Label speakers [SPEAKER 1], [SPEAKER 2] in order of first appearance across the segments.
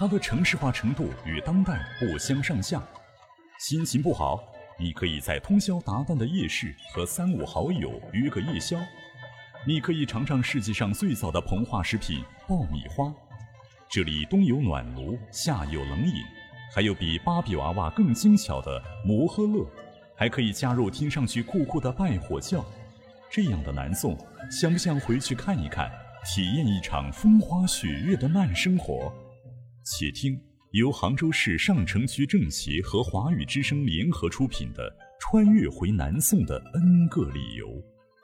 [SPEAKER 1] 它的城市化程度与当代不相上下。心情不好，你可以在通宵达旦的夜市和3、5好友约个夜宵。你可以尝尝世界上最早的膨化食品爆米花，这里冬有暖炉，夏有冷饮，还有比芭比娃娃更精巧的摩诃乐，还可以加入听上去酷酷的拜火教。这样的南宋，想不想回去看一看，体验一场风花雪月的慢生活？且听由杭州市上城区政协和华语之声联合出品的《穿越回南宋的 N 个理由》。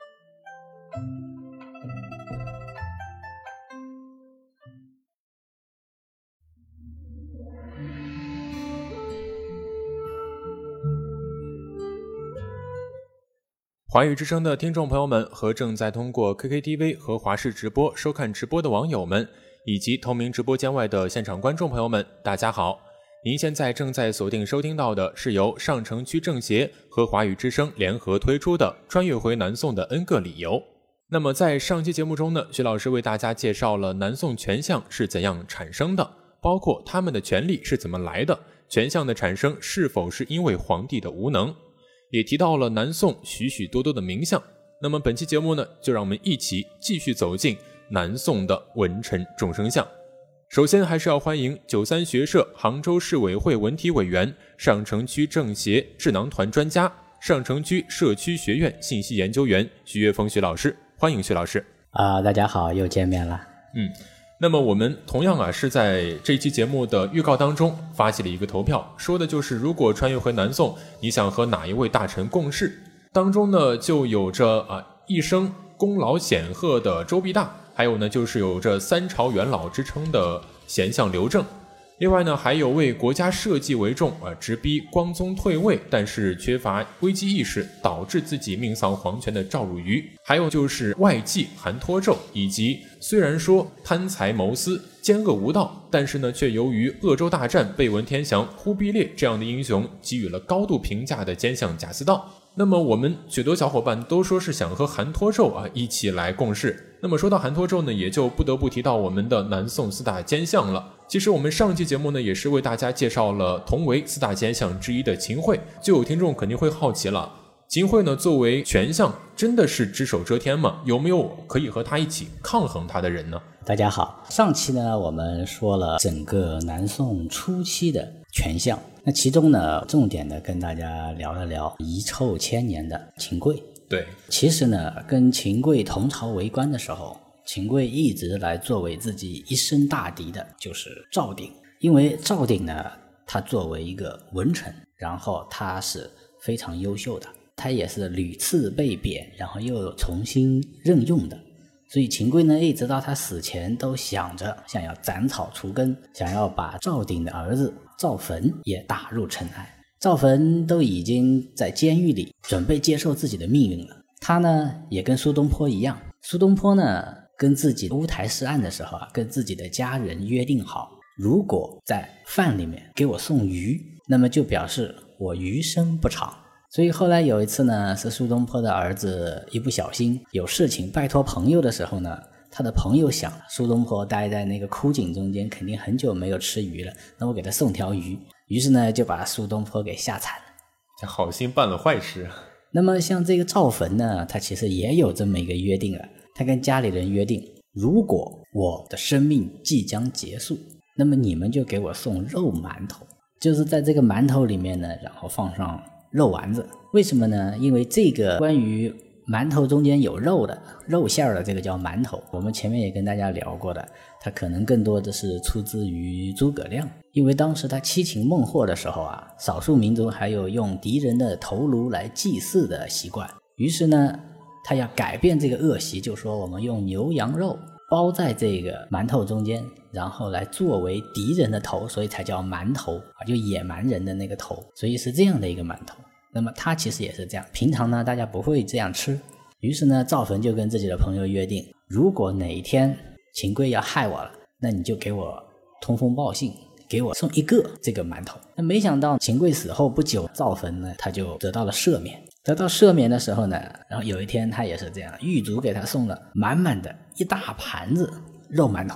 [SPEAKER 2] 华语之声的听众朋友们和正在通过 KKTV 和华视直播收看直播的网友们，以及同名直播间外的现场观众朋友们，大家好。您现在正在锁定收听到的是由上城区政协和华语之声联合推出的《穿越回南宋的 N 个理由》。那么在上期节目中呢，徐老师为大家介绍了南宋权相是怎样产生的，包括他们的权力是怎么来的，权相的产生是否是因为皇帝的无能，也提到了南宋许许多多的名相。那么本期节目呢，就让我们一起继续走进南宋的文臣众生相。首先还是要欢迎93学社杭州市委会文体委员、上城区政协智囊团专家、上城区社区学院信息研究员徐岳峰徐老师，欢迎徐老师。
[SPEAKER 3] 大家好，又见面了。
[SPEAKER 2] 那么我们同样是在这期节目的预告当中发起了一个投票，说的就是如果穿越回南宋，你想和哪一位大臣共事？当中呢就有着一生功劳显赫的周必大，还有呢就是有着3朝元老之称的贤相刘正，另外呢还有为国家社稷为重直逼光宗退位，但是缺乏危机意识，导致自己命丧黄泉的赵汝愚，还有就是外戚韩托胄，以及虽然说贪财谋私奸恶无道，但是呢却由于鄂州大战被文天祥、忽必烈这样的英雄给予了高度评价的奸相贾似道。那么我们许多小伙伴都说是想和韩托胄一起来共事。那么说到韩托胄呢，也就不得不提到我们的南宋4大奸相了。其实我们上期节目呢，也是为大家介绍了同为4大奸相之一的秦桧。就有听众肯定会好奇了，秦桧呢作为权相，真的是只手遮天吗？有没有可以和他一起抗衡他的人呢？
[SPEAKER 3] 大家好，上期呢我们说了整个南宋初期的权相，那其中呢重点的跟大家聊了聊遗臭千年的秦桧。
[SPEAKER 2] 对，
[SPEAKER 3] 其实呢跟秦桧同朝为官的时候，秦桧一直来作为自己一生大敌的就是赵鼎。因为赵鼎呢他作为一个文臣，然后他是非常优秀的，他也是屡次被贬，然后又重新任用的，所以秦桧呢一直到他死前都想要斩草除根，想要把赵鼎的儿子赵棼也打入尘埃。赵棼都已经在监狱里准备接受自己的命运了，他呢也跟苏东坡一样，苏东坡呢跟自己乌台诗案的时候跟自己的家人约定好，如果在饭里面给我送鱼，那么就表示我余生不长。所以后来有一次呢，是苏东坡的儿子一不小心有事情拜托朋友的时候呢，他的朋友想苏东坡待在那个枯井中间，肯定很久没有吃鱼了，那我给他送条鱼，于是呢就把苏东坡给吓惨了。
[SPEAKER 2] 这好心办了坏事。
[SPEAKER 3] 那么像这个赵棼呢，他其实也有这么一个约定了，他跟家里人约定，如果我的生命即将结束，那么你们就给我送肉馒头，就是在这个馒头里面呢，然后放上肉丸子。为什么呢？因为这个关于馒头中间有肉的肉馅的这个叫馒头，我们前面也跟大家聊过的，它可能更多的是出自于诸葛亮。因为当时他七擒孟获的时候少数民族还有用敌人的头颅来祭祀的习惯，于是呢他要改变这个恶习，就说我们用牛羊肉包在这个馒头中间，然后来作为敌人的头，所以才叫馒头就野蛮人的那个头，所以是这样的一个馒头。那么他其实也是这样，平常呢大家不会这样吃，于是呢赵棼就跟自己的朋友约定，如果哪一天秦桧要害我了，那你就给我通风报信，给我送一个这个馒头。那没想到秦桧死后不久，赵棼呢他就得到了赦免。得到赦免的时候呢，然后有一天他也是这样，狱卒给他送了满满的一大盘子肉馒头。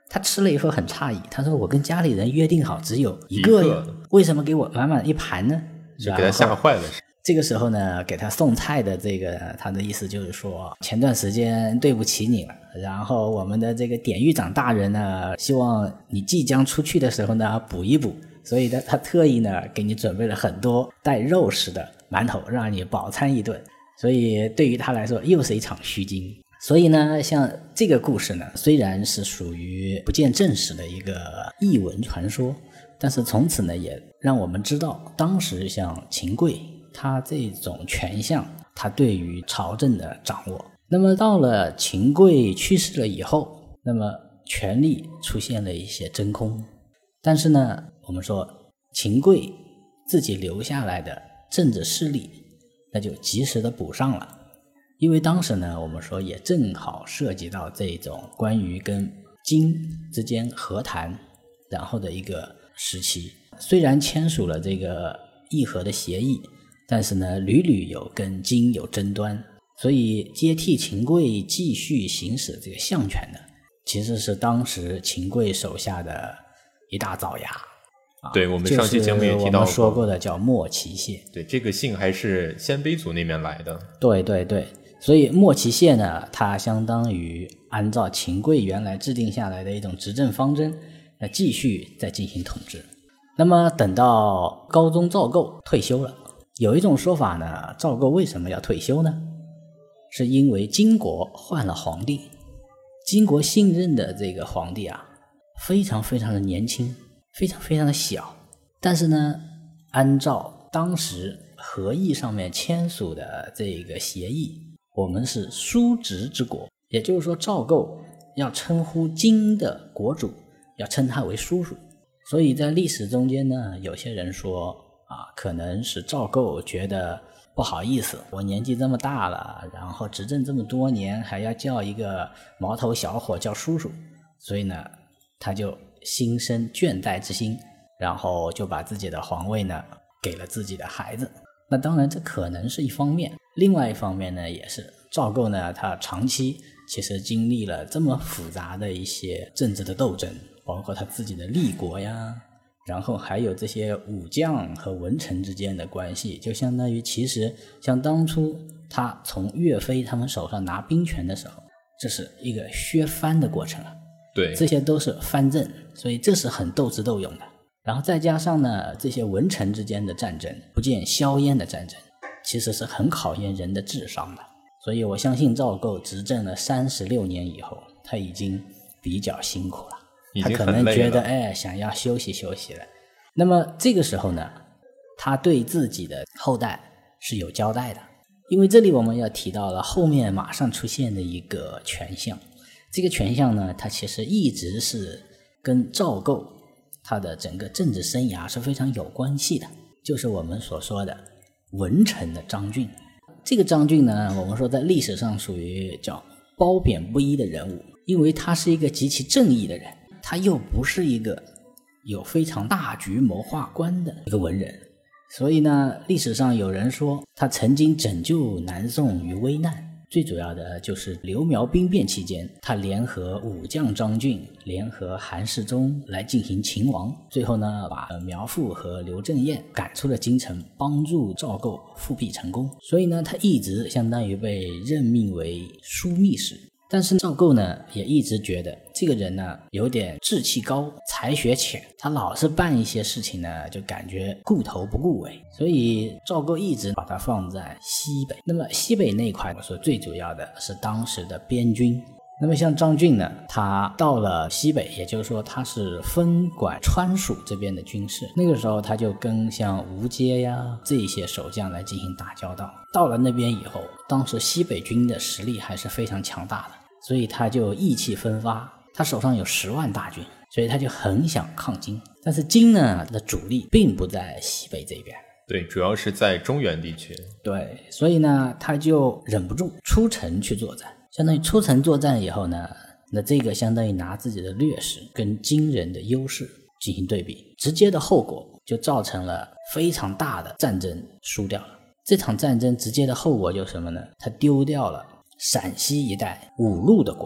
[SPEAKER 3] 他吃了以后很诧异，他说我跟家里人约定好只有一个呀，为什么给我满满一盘呢？
[SPEAKER 2] 就给他吓坏了。
[SPEAKER 3] 这个时候呢，给他送菜的这个他的意思就是说，前段时间对不起你了，然后我们的这个典狱长大人呢，希望你即将出去的时候呢补一补，所以呢他特意呢给你准备了很多带肉食的馒头，让你饱餐一顿。所以对于他来说又是一场虚惊。所以呢，像这个故事呢，虽然是属于不见证实的一个异闻传说，但是从此呢也让我们知道，当时像秦桧他这种权相，他对于朝政的掌握。那么到了秦桧去世了以后，那么权力出现了一些真空，但是呢我们说秦桧自己留下来的政治势力那就及时的补上了。因为当时呢我们说也正好涉及到这种关于跟金之间和谈然后的一个时期，虽然签署了这个议和的协议，但是呢屡屡有跟金有争端，所以接替秦桧继续行使这个相权呢，其实是当时秦桧手下的一大爪牙。
[SPEAKER 2] 对，我们上期节目也提到过，
[SPEAKER 3] 就是我们说过的叫莫奇谢。
[SPEAKER 2] 对，这个姓还是鲜卑族那边来的。
[SPEAKER 3] 对对对，所以莫奇谢呢，它相当于按照秦桧原来制定下来的一种执政方针，继续再进行统治。那么等到高宗赵构退休了，有一种说法呢，赵构为什么要退休呢？是因为金国换了皇帝，金国新任的这个皇帝啊，非常非常的年轻，非常非常的小，但是呢，按照当时和议上面签署的这个协议，我们是叔侄之国，也就是说赵构要称呼金的国主，要称他为叔叔。所以在历史中间呢，有些人说可能是赵构觉得不好意思，我年纪这么大了，然后执政这么多年，还要叫一个毛头小伙叫叔叔，所以呢他就心生倦怠之心，然后就把自己的皇位呢给了自己的孩子。那当然这可能是一方面，另外一方面呢，也是赵构呢他长期其实经历了这么复杂的一些政治的斗争，包括他自己的立国呀，然后还有这些武将和文臣之间的关系，就相当于其实像当初他从岳飞他们手上拿兵权的时候，这是一个削藩的过程啊。
[SPEAKER 2] 对，
[SPEAKER 3] 这些都是藩镇，所以这是很斗智斗勇的。然后再加上呢，这些文臣之间的战争，不见硝烟的战争，其实是很考验人的智商的。所以我相信赵构执政了36年以后，他已经比较辛苦了，他可能觉得想要休息休息了。那么这个时候呢，他对自己的后代是有交代的，因为这里我们要提到了后面马上出现的一个权相。这个权相呢，他其实一直是跟赵构他的整个政治生涯是非常有关系的，就是我们所说的文臣的张俊。这个张俊呢，我们说在历史上属于叫褒贬不一的人物，因为他是一个极其正义的人，他又不是一个有非常大局谋划观的一个文人，所以呢，历史上有人说他曾经拯救南宋于危难。最主要的就是刘苗兵变期间，他联合武将张俊，联合韩世忠来进行秦王，最后呢把苗阜和刘正彦赶出了京城，帮助赵构复辟成功。所以呢他一直相当于被任命为枢密使。但是赵构呢也一直觉得这个人呢有点志气高，才学浅，他老是办一些事情呢就感觉顾头不顾尾，所以赵构一直把他放在西北。那么西北那一块我说最主要的是当时的边军。那么像张俊呢，他到了西北，也就是说他是分管川蜀这边的军事，那个时候他就跟像吴阶呀这一些守将来进行打交道。到了那边以后，当时西北军的实力还是非常强大的，所以他就意气风发，他手上有10万大军，所以他就很想抗金。但是金呢的主力并不在西北这边，
[SPEAKER 2] 对，主要是在中原地区。
[SPEAKER 3] 对，所以呢他就忍不住出城去作战。相当于出城作战以后呢，那这个相当于拿自己的劣势跟金人的优势进行对比，直接的后果就造成了非常大的战争输掉了。这场战争直接的后果就是什么呢？他丢掉了陕西一带5路的国土。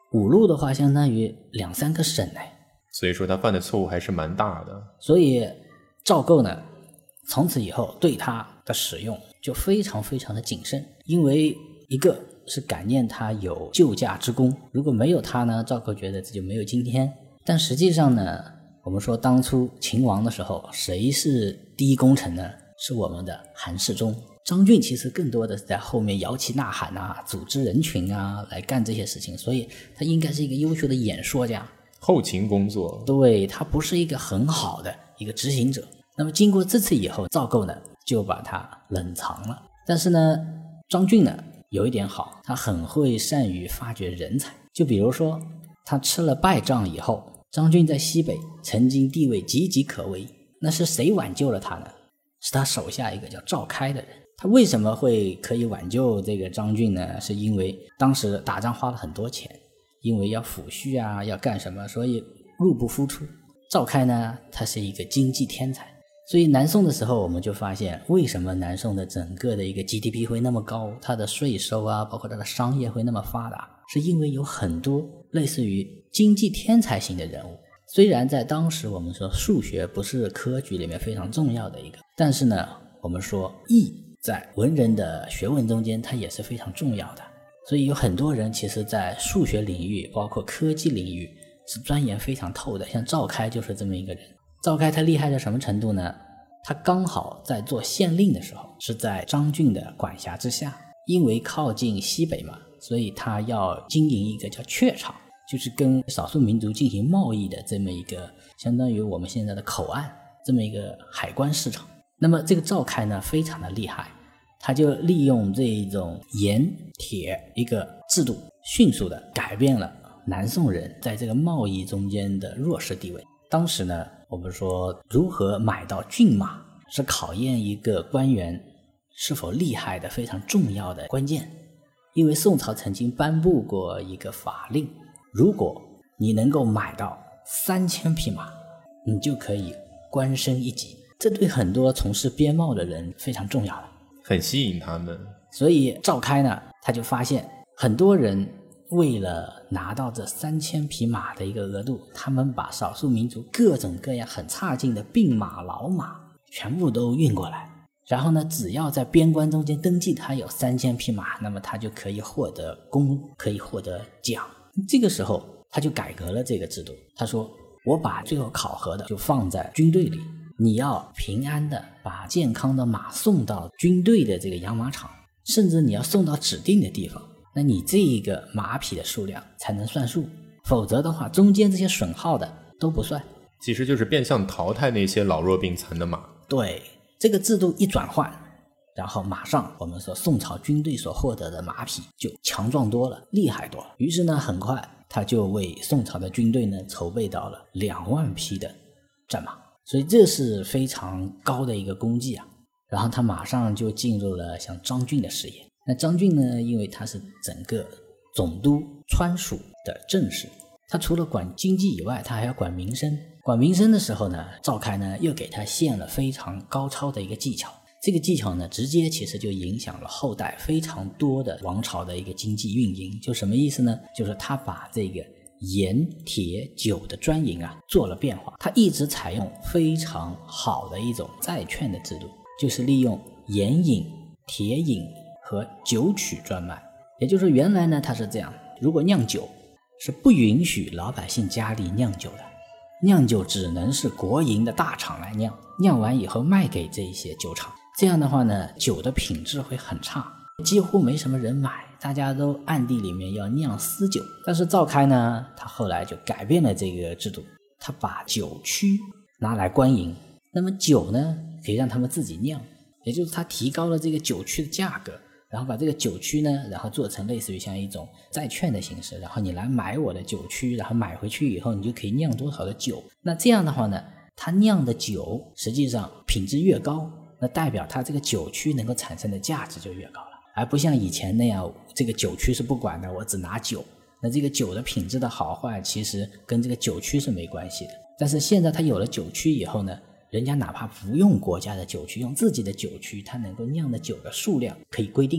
[SPEAKER 3] 5路的话相当于2-3个省哎，
[SPEAKER 2] 所以说他犯的错误还是蛮大的。
[SPEAKER 3] 所以赵构呢，从此以后对他的使用就非常非常的谨慎，因为一个是感念他有救驾之功，如果没有他呢，赵构觉得这就没有今天。但实际上呢，我们说当初秦王的时候，谁是第一功臣呢？是我们的韩世忠。张俊其实更多的是在后面摇旗呐喊啊，组织人群啊来干这些事情，所以他应该是一个优秀的演说家，
[SPEAKER 2] 后勤工作，
[SPEAKER 3] 对，他不是一个很好的一个执行者。那么经过这次以后，赵构呢就把他冷藏了。但是呢，张俊呢有一点好，他很会善于发掘人才。就比如说他吃了败仗以后，张俊在西北曾经地位岌岌可危，那是谁挽救了他呢？是他手下一个叫赵开的人。他为什么会可以挽救这个张俊呢？是因为当时打仗花了很多钱，因为要抚恤啊，要干什么，所以入不敷出。赵开呢，他是一个经济天才，所以南宋的时候我们就发现，为什么南宋的整个的一个 GDP 会那么高，它的税收啊，包括它的商业会那么发达，是因为有很多类似于经济天才型的人物。虽然在当时我们说数学不是科举里面非常重要的一个，但是呢，我们说易在文人的学问中间它也是非常重要的。所以有很多人其实在数学领域包括科技领域是钻研非常透的，像赵开就是这么一个人。赵开他厉害到什么程度呢？他刚好在做县令的时候是在张俊的管辖之下，因为靠近西北嘛，所以他要经营一个叫榷场，就是跟少数民族进行贸易的这么一个相当于我们现在的口岸，这么一个海关市场。那么这个赵开呢非常的厉害，他就利用这种盐铁一个制度，迅速的改变了南宋人在这个贸易中间的弱势地位。当时呢，我们说如何买到骏马是考验一个官员是否厉害的非常重要的关键。因为宋朝曾经颁布过一个法令，如果你能够买到3000匹马，你就可以官升一级，这对很多从事边贸的人非常重要了，
[SPEAKER 2] 很吸引他们。
[SPEAKER 3] 所以赵开呢，他就发现很多人为了拿到这3000匹马的一个额度，他们把少数民族各种各样很差劲的病马老马全部都运过来，然后呢，只要在边关中间登记他有3000匹马，那么他就可以获得功，可以获得奖。这个时候他就改革了这个制度，他说我把最后考核的就放在军队里，你要平安的把健康的马送到军队的这个养马场，甚至你要送到指定的地方，那你这一个马匹的数量才能算数，否则的话中间这些损耗的都不算。
[SPEAKER 2] 其实就是变相淘汰那些老弱病残的马。
[SPEAKER 3] 对，这个制度一转换，然后马上我们说宋朝军队所获得的马匹就强壮多了，厉害多了。于是呢，很快他就为宋朝的军队呢筹备到了2万匹的战马，所以这是非常高的一个功绩啊。然后他马上就进入了像张俊的事业。那张俊呢，因为他是整个总督川蜀的正事，他除了管经济以外，他还要管民生。管民生的时候呢，赵开呢又给他献了非常高超的一个技巧。这个技巧呢，直接其实就影响了后代非常多的王朝的一个经济运营。就什么意思呢？就是他把这个盐、铁、酒的专营啊做了变化。他一直采用非常好的一种债券的制度，就是利用盐引、铁引和酒曲专卖。也就是说，原来呢他是这样，如果酿酒是不允许老百姓家里酿酒的，酿酒只能是国营的大厂来酿，酿完以后卖给这些酒厂。这样的话呢，酒的品质会很差，几乎没什么人买，大家都暗地里面要酿私酒。但是赵开呢，他后来就改变了这个制度，他把酒曲拿来官营，那么酒呢可以让他们自己酿，也就是他提高了这个酒曲的价格，然后把这个酒曲呢，然后做成类似于像一种债券的形式，然后你来买我的酒曲，然后买回去以后你就可以酿多少的酒。那这样的话呢，他酿的酒实际上品质越高，那代表它这个酒曲能够产生的价值就越高了，而不像以前那样这个酒曲是不管的，我只拿酒，那这个酒的品质的好坏其实跟这个酒曲是没关系的。但是现在它有了酒曲以后呢，人家哪怕不用国家的酒曲，用自己的酒曲，它能够酿的酒的数量可以规定的。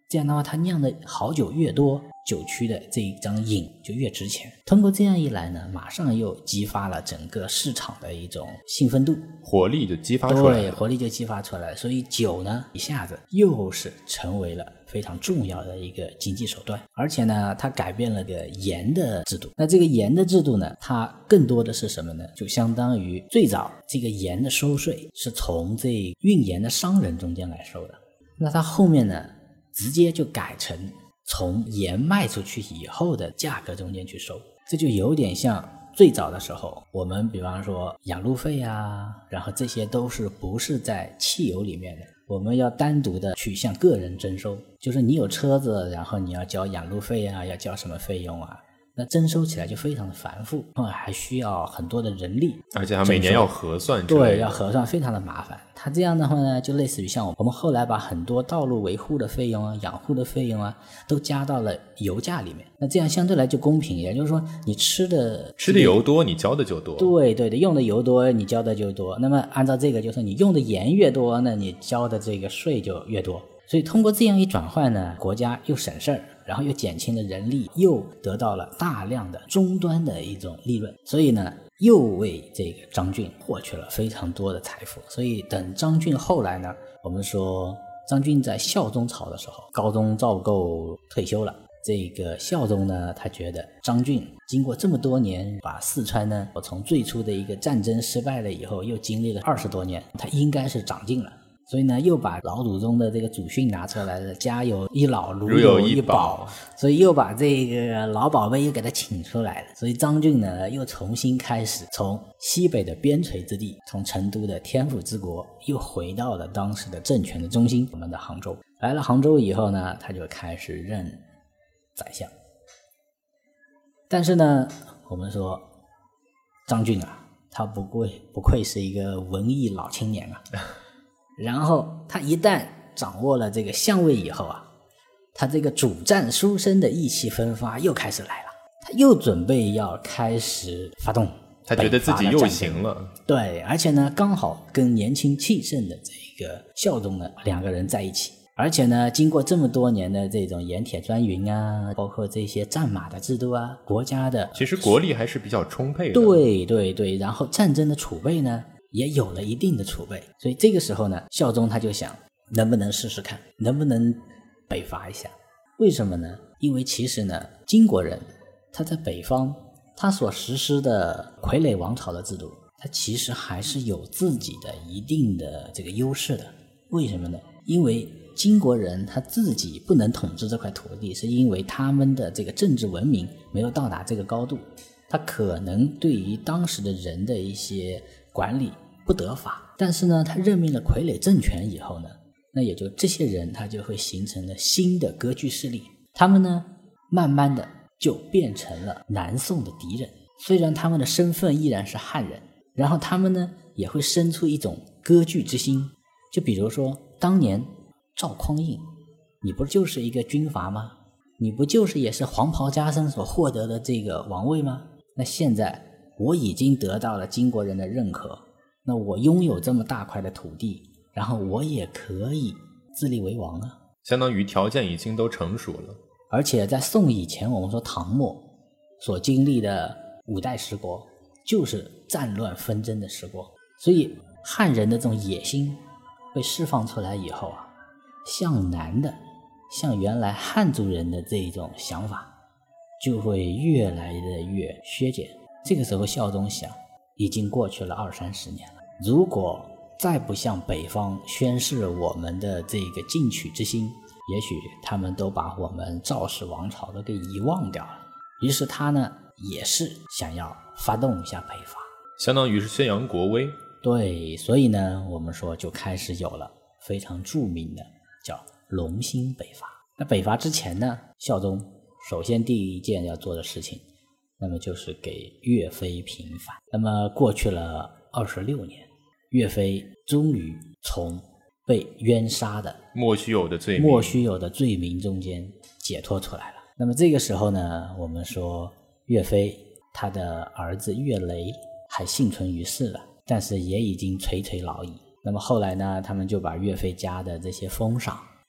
[SPEAKER 3] 这样的话他酿的好酒越多，酒曲的这一张饮就越值钱。通过这样一来呢，马上又激发了整个市场的一种兴奋度，
[SPEAKER 2] 活力就激发出来了。
[SPEAKER 3] 对，活力就激发出来了。所以酒呢一下子又是成为了非常重要的一个经济手段。而且呢它改变了个盐的制度。那这个盐的制度呢，它更多的是什么呢？就相当于最早这个盐的收税是从这运盐的商人中间来收的，那它后面呢直接就改成从盐卖出去以后的价格中间去收。这就有点像最早的时候我们比方说养路费啊，然后这些都是不是在汽油里面的，我们要单独的去向个人征收，就是你有车子，然后你要交养路费啊，要交什么费用啊，那征收起来就非常的繁复，还需要很多的人力，
[SPEAKER 2] 而且它每年要核算之类的。
[SPEAKER 3] 对，要核算，非常的麻烦。它这样的话呢，就类似于像我们后来把很多道路维护的费用啊、养护的费用啊都加到了油价里面，那这样相对来就公平，也就是说你吃的
[SPEAKER 2] 油多，你交的就多。
[SPEAKER 3] 对对对，用的油多，你交的就多。那么按照这个，就是你用的盐越多，那你交的这个税就越多。所以通过这样一转换呢，国家又省事儿，然后又减轻了人力，又得到了大量的终端的一种利润，所以呢又为这个张俊获取了非常多的财富。所以等张俊后来呢，我们说张俊在孝宗朝的时候，高宗赵构退休了，这个孝宗呢他觉得张俊经过这么多年把四川呢从最初的一个战争失败了以后，又经历了20多年，他应该是长进了，所以呢又把老祖宗的这个祖训拿出来了，家有一老如有一宝，所以又把这个老宝贝又给他请出来了。所以张俊呢又重新开始从西北的边陲之地，从成都的天府之国又回到了当时的政权的中心，我们的杭州。来了杭州以后呢，他就开始任宰相。但是呢我们说张俊啊，他不愧是一个文艺老青年啊然后他一旦掌握了这个相位以后啊，他这个主战书生的意气风发又开始来了，他又准备要开始发动，
[SPEAKER 2] 他觉得自己又行了。
[SPEAKER 3] 对，而且呢刚好跟年轻气盛的这个孝宗呢两个人在一起，而且呢经过这么多年的这种盐铁专营啊，包括这些战马的制度啊，国家的
[SPEAKER 2] 其实国力还是比较充沛的。
[SPEAKER 3] 对对对，然后战争的储备呢也有了一定的储备，所以这个时候呢孝宗他就想能不能试试看，能不能北伐一下。为什么呢？因为其实呢金国人他在北方他所实施的傀儡王朝的制度，他其实还是有自己的一定的这个优势的。为什么呢？因为金国人他自己不能统治这块土地，是因为他们的这个政治文明没有到达这个高度，他可能对于当时的人的一些管理不得法。但是呢他任命了傀儡政权以后呢，那也就这些人他就会形成了新的割据势力，他们呢慢慢的就变成了南宋的敌人。虽然他们的身份依然是汉人，然后他们呢也会生出一种割据之心。就比如说当年赵匡胤，你不就是一个军阀吗？你不就是也是黄袍加身所获得的这个王位吗？那现在我已经得到了金国人的认可，那我拥有这么大块的土地，然后我也可以自立为王啊，
[SPEAKER 2] 相当于条件已经都成熟了。
[SPEAKER 3] 而且在宋以前，我们说唐末所经历的五代十国就是战乱纷争的十国，所以汉人的这种野心被释放出来以后啊，向南的像原来汉族人的这种想法就会越来的越削减。这个时候孝宗想，已经过去了20-30年了，如果再不向北方宣示我们的这个进取之心，也许他们都把我们赵氏王朝都给遗忘掉了。于是他呢也是想要发动一下北伐，
[SPEAKER 2] 相当于是宣扬国威。
[SPEAKER 3] 对，所以呢我们说就开始有了非常著名的叫隆兴北伐。那北伐之前呢，孝宗首先第一件要做的事情，那么就是给岳飞平反。那么过去了26年，岳飞终于从被冤杀的莫须有的罪名中间解脱出来了。那么这个时候呢，我们说岳飞他的儿子岳雷还幸存于世了，但是也已经垂垂老矣。那么后来呢，他们就把岳飞家的这些封赏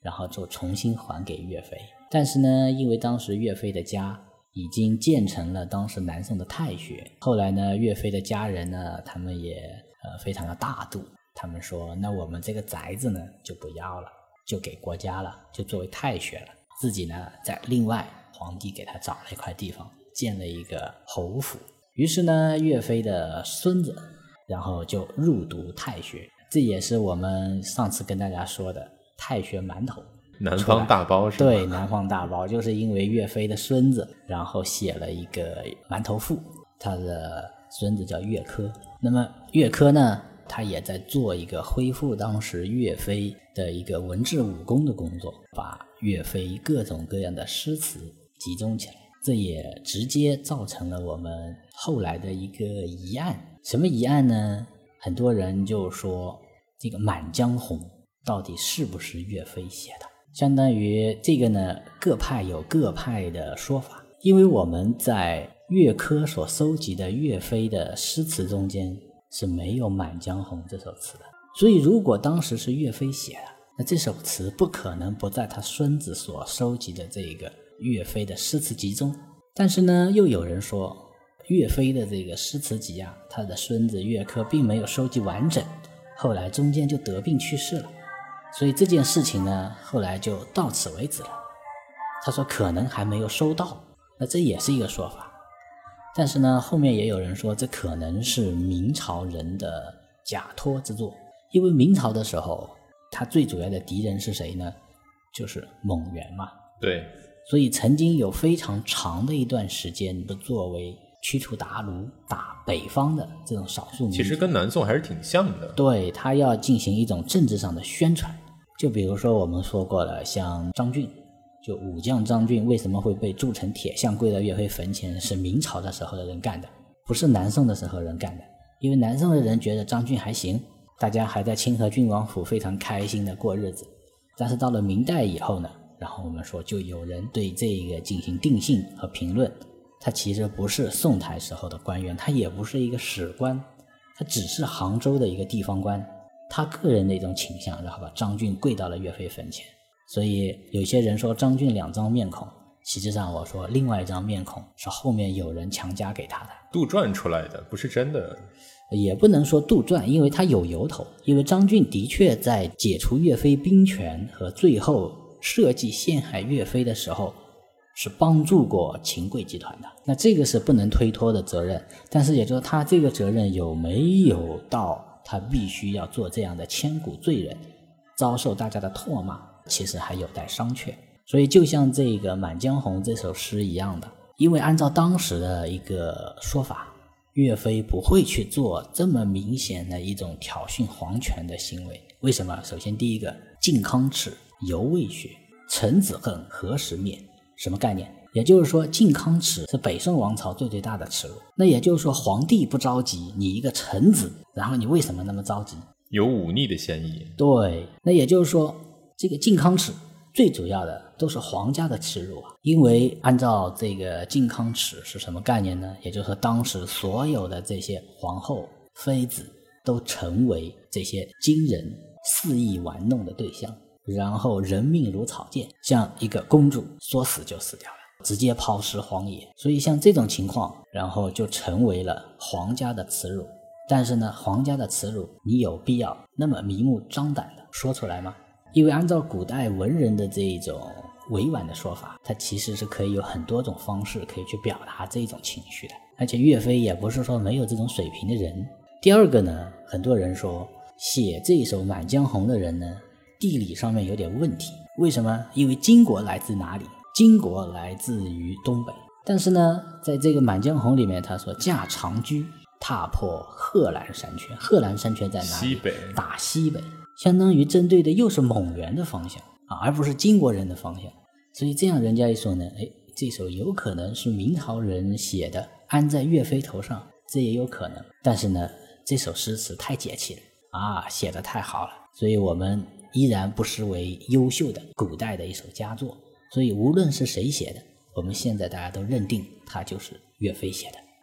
[SPEAKER 3] 然后就重新还给岳飞。但是呢，因为当时岳飞的家已经建成了当时南宋的太学，后来呢，岳飞的家人呢，他们也非常的大度，他们说那我们这个宅子呢就不要了，就给国家了，就作为太学了，自己呢在另外皇帝给他找了一块地方建了一个侯府。于是呢，岳飞的孙子然后就入读太学，这也是我们上次跟大家说的太学馒头，
[SPEAKER 2] 南方大包是吧？
[SPEAKER 3] 对，南方大包就是因为岳飞的孙子然后写了一个馒头赋，他的孙子叫岳珂。那么岳珂呢，他也在做一个恢复当时岳飞的一个文治武功的工作，把岳飞各种各样的诗词集中起来，这也直接造成了我们后来的一个疑案。什么疑案呢？很多人就说这个《满江红》到底是不是岳飞写的，相当于这个呢，各派有各派的说法。因为我们在岳珂所收集的岳飞的诗词中间是没有《满江红》这首词的，所以如果当时是岳飞写的，那这首词不可能不在他孙子所收集的这个岳飞的诗词集中。但是呢，又有人说岳飞的这个诗词集啊，他的孙子岳珂并没有收集完整，后来中间就得病去世了，所以这件事情呢，后来就到此为止了。他说可能还没有收到，那这也是一个说法。但是呢，后面也有人说这可能是明朝人的假托之作，因为明朝的时候他最主要的敌人是谁呢？就是蒙元嘛。
[SPEAKER 2] 对，
[SPEAKER 3] 所以曾经有非常长的一段时间不作为驱除鞑虏打北方的这种少数民族，
[SPEAKER 2] 其实跟南宋还是挺像的。
[SPEAKER 3] 对，他要进行一种政治上的宣传。就比如说我们说过了，像张俊，就武将张俊为什么会被铸成铁像跪在岳飞坟前，是明朝的时候的人干的，不是南宋的时候人干的。因为南宋的人觉得张俊还行，大家还在清河郡王府非常开心的过日子。但是到了明代以后呢，然后我们说就有人对这个进行定性和评论，他其实不是宋太时候的官员，他也不是一个史官，他只是杭州的一个地方官，他个人的一种倾向，然后把张俊跪到了岳飞坟前。所以有些人说张俊两张面孔，实际上我说另外一张面孔是后面有人强加给他的，
[SPEAKER 2] 杜撰出来的，不是真的。
[SPEAKER 3] 也不能说杜撰，因为他有由头。因为张俊的确在解除岳飞兵权和最后设计陷害岳飞的时候是帮助过秦桧集团的，那这个是不能推脱的责任。但是也就是他这个责任有没有到他必须要做这样的千古罪人，遭受大家的唾骂，其实还有待商榷。所以就像这个《满江红》这首诗一样的，因为按照当时的一个说法，岳飞不会去做这么明显的一种挑衅皇权的行为。为什么？首先第一个，靖康耻，犹未雪，臣子恨，何时灭？什么概念？也就是说靖康耻是北宋王朝最大的耻辱。那也就是说皇帝不着急，你一个臣子，然后你为什么那么着急？
[SPEAKER 2] 有忤逆的嫌疑。
[SPEAKER 3] 对，那也就是说这个靖康耻最主要的都是皇家的耻辱啊。因为按照这个靖康耻是什么概念呢？也就是说当时所有的这些皇后妃子都成为这些金人肆意玩弄的对象，然后人命如草芥，像一个公主说死就死掉了，直接抛尸荒野。所以像这种情况，然后就成为了皇家的耻辱。但是呢，皇家的耻辱你有必要那么明目张胆的说出来吗？因为按照古代文人的这种委婉的说法，它其实是可以有很多种方式可以去表达这种情绪的。而且岳飞也不是说没有这种水平的人。第二个呢，很多人说写这首《满江红》的人呢，地理上面有点问题。为什么？因为金国来自哪里？金国来自于东北。但是呢，在这个《满江红》里面他说驾长车，踏破贺兰山泉。贺兰山泉在哪里？
[SPEAKER 2] 西北。
[SPEAKER 3] 打西北，相当于针对的又是蒙元的方向啊，而不是金国人的方向。所以这样人家一说呢，这首有可能是明朝人写的，安在岳飞头上，这也有可能。但是呢，这首诗词太解气了啊，写得太好了，所以我们依然不失为优秀的古代的一首佳作。所以无论是谁写的，我们现在大家都认定它就是岳飞写的。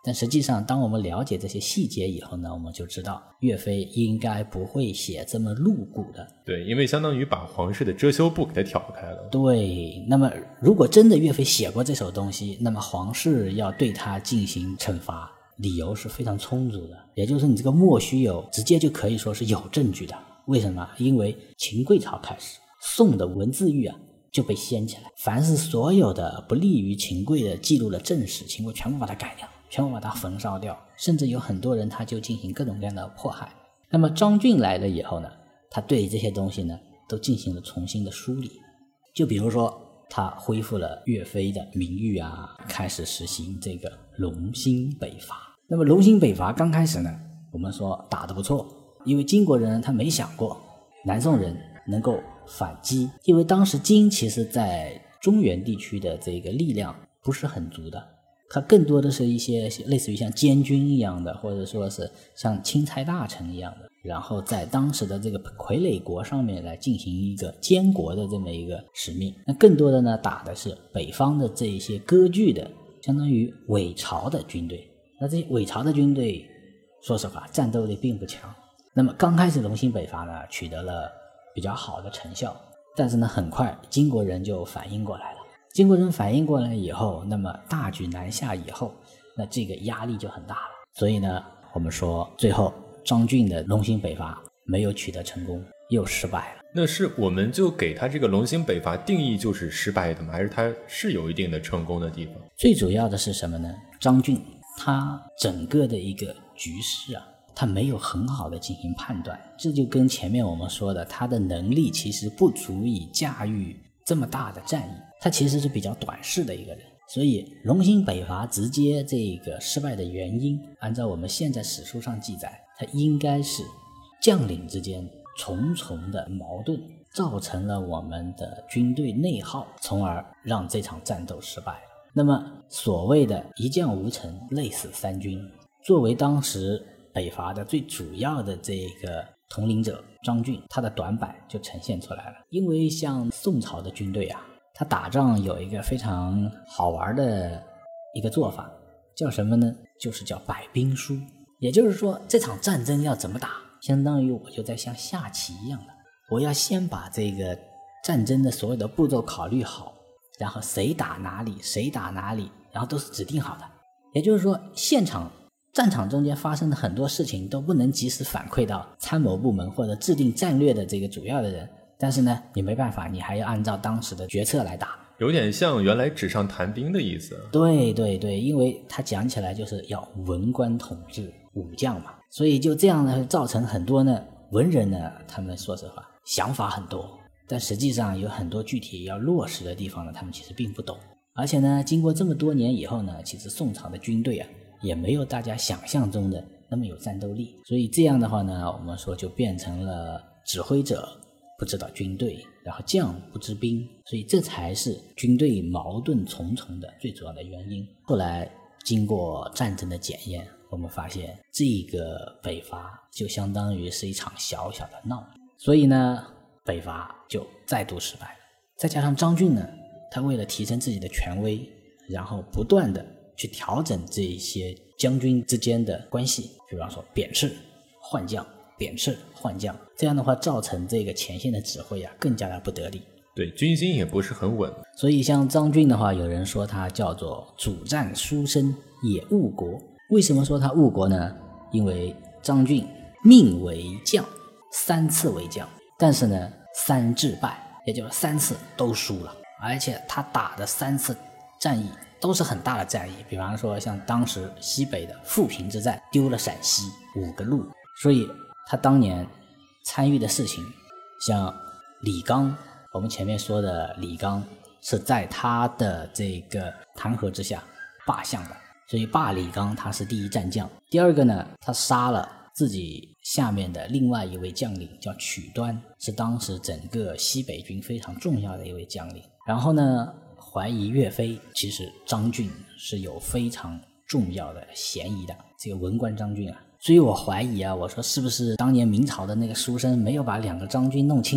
[SPEAKER 3] 但实际上当我们了解这些细节以后呢，我们就知道岳飞应该不会写这么露骨的。
[SPEAKER 2] 对，因为相当于把皇室的遮羞布给它挑开了。
[SPEAKER 3] 对，那么如果真的岳飞写过这首东西，那么皇室要对他进行惩罚，理由是非常充足的，也就是你这个莫须有直接就可以说是有证据的。为什么？因为秦贵朝开始，宋的文字狱就被掀起来，凡是所有的不利于秦贵的记录的正史，秦贵全部把它改掉，全部把它焚烧掉，甚至有很多人他就进行各种各样的迫害。那么张俊来了以后呢，他对这些东西呢都进行了重新的梳理。就比如说他恢复了岳飞的名誉开始实行这个龙兴北伐。那么龙兴北伐刚开始呢，我们说打得不错，因为金国人他没想过南宋人能够反击，因为当时金其实在中原地区的这个力量不是很足的，它更多的是一些类似于像监军一样的，或者说是像钦差大臣一样的，然后在当时的这个傀儡国上面来进行一个监国的这么一个使命。那更多的呢，打的是北方的这一些割据的相当于伪朝的军队。那这些伪朝的军队说实话战斗力并不强。那么刚开始龙兴北伐呢取得了比较好的成效，但是呢很快金国人就反应过来了。金国人反应过来以后，那么大举南下以后，那这个压力就很大了。所以呢我们说最后张俊的龙兴北伐没有取得成功，又失败了。
[SPEAKER 2] 那是我们就给他这个龙兴北伐定义就是失败的吗？还是他是有一定的成功的地方？
[SPEAKER 3] 最主要的是什么呢？张俊他整个的一个局势他没有很好的进行判断，这就跟前面我们说的他的能力其实不足以驾驭这么大的战役，他其实是比较短视的一个人。所以龙兴北伐直接这个失败的原因，按照我们现在史书上记载，它应该是将领之间重重的矛盾造成了我们的军队内耗，从而让这场战斗失败了。那么所谓的一将无成，累死三军，作为当时北伐的最主要的这个统领者张俊，他的短板就呈现出来了。因为像宋朝的军队他打仗有一个非常好玩的一个做法，叫什么呢？就是叫摆兵书。也就是说这场战争要怎么打，相当于我就在像下棋一样的，我要先把这个战争的所有的步骤考虑好，然后谁打哪里谁打哪里，然后都是指定好的。也就是说战场中间发生的很多事情都不能及时反馈到参谋部门或者制定战略的这个主要的人，但是呢你没办法，你还要按照当时的决策来打，
[SPEAKER 2] 有点像原来纸上谈兵的意思。
[SPEAKER 3] 对对对，因为他讲起来就是要文官统治武将嘛，所以就这样呢造成很多呢文人呢，他们说实话想法很多，但实际上有很多具体要落实的地方呢，他们其实并不懂。而且呢经过这么多年以后呢，其实宋朝的军队也没有大家想象中的那么有战斗力，所以这样的话呢，我们说就变成了指挥者不知道军队，然后将不知兵，所以这才是军队矛盾重重的最主要的原因。后来经过战争的检验，我们发现这个北伐就相当于是一场小小的闹剧，所以呢北伐就再度失败了。再加上张俊呢，他为了提升自己的权威，然后不断的去调整这些将军之间的关系，比方说贬斥换将，贬斥换将，这样的话造成这个前线的指挥更加的不得力，
[SPEAKER 2] 对，军心也不是很稳。
[SPEAKER 3] 所以像张俊的话，有人说他叫做主战书生也误国。为什么说他误国呢？因为张俊命为将，3次为将，但是呢3致败，也就是3次都输了，而且他打的3次战役都是很大的战役，比方说像当时西北的富平之战，丢了陕西5个路。所以他当年参与的事情，像李纲，我们前面说的李纲是在他的这个弹劾之下罢相的，所以罢李纲他是第一战将。第二个呢，他杀了自己下面的另外一位将领叫曲端，是当时整个西北军非常重要的一位将领。然后呢怀疑岳飞，其实张俊是有非常重要的嫌疑的，这个文官张俊所以我怀疑我说是不是当年明朝的那个书生没有把2个张俊弄清楚，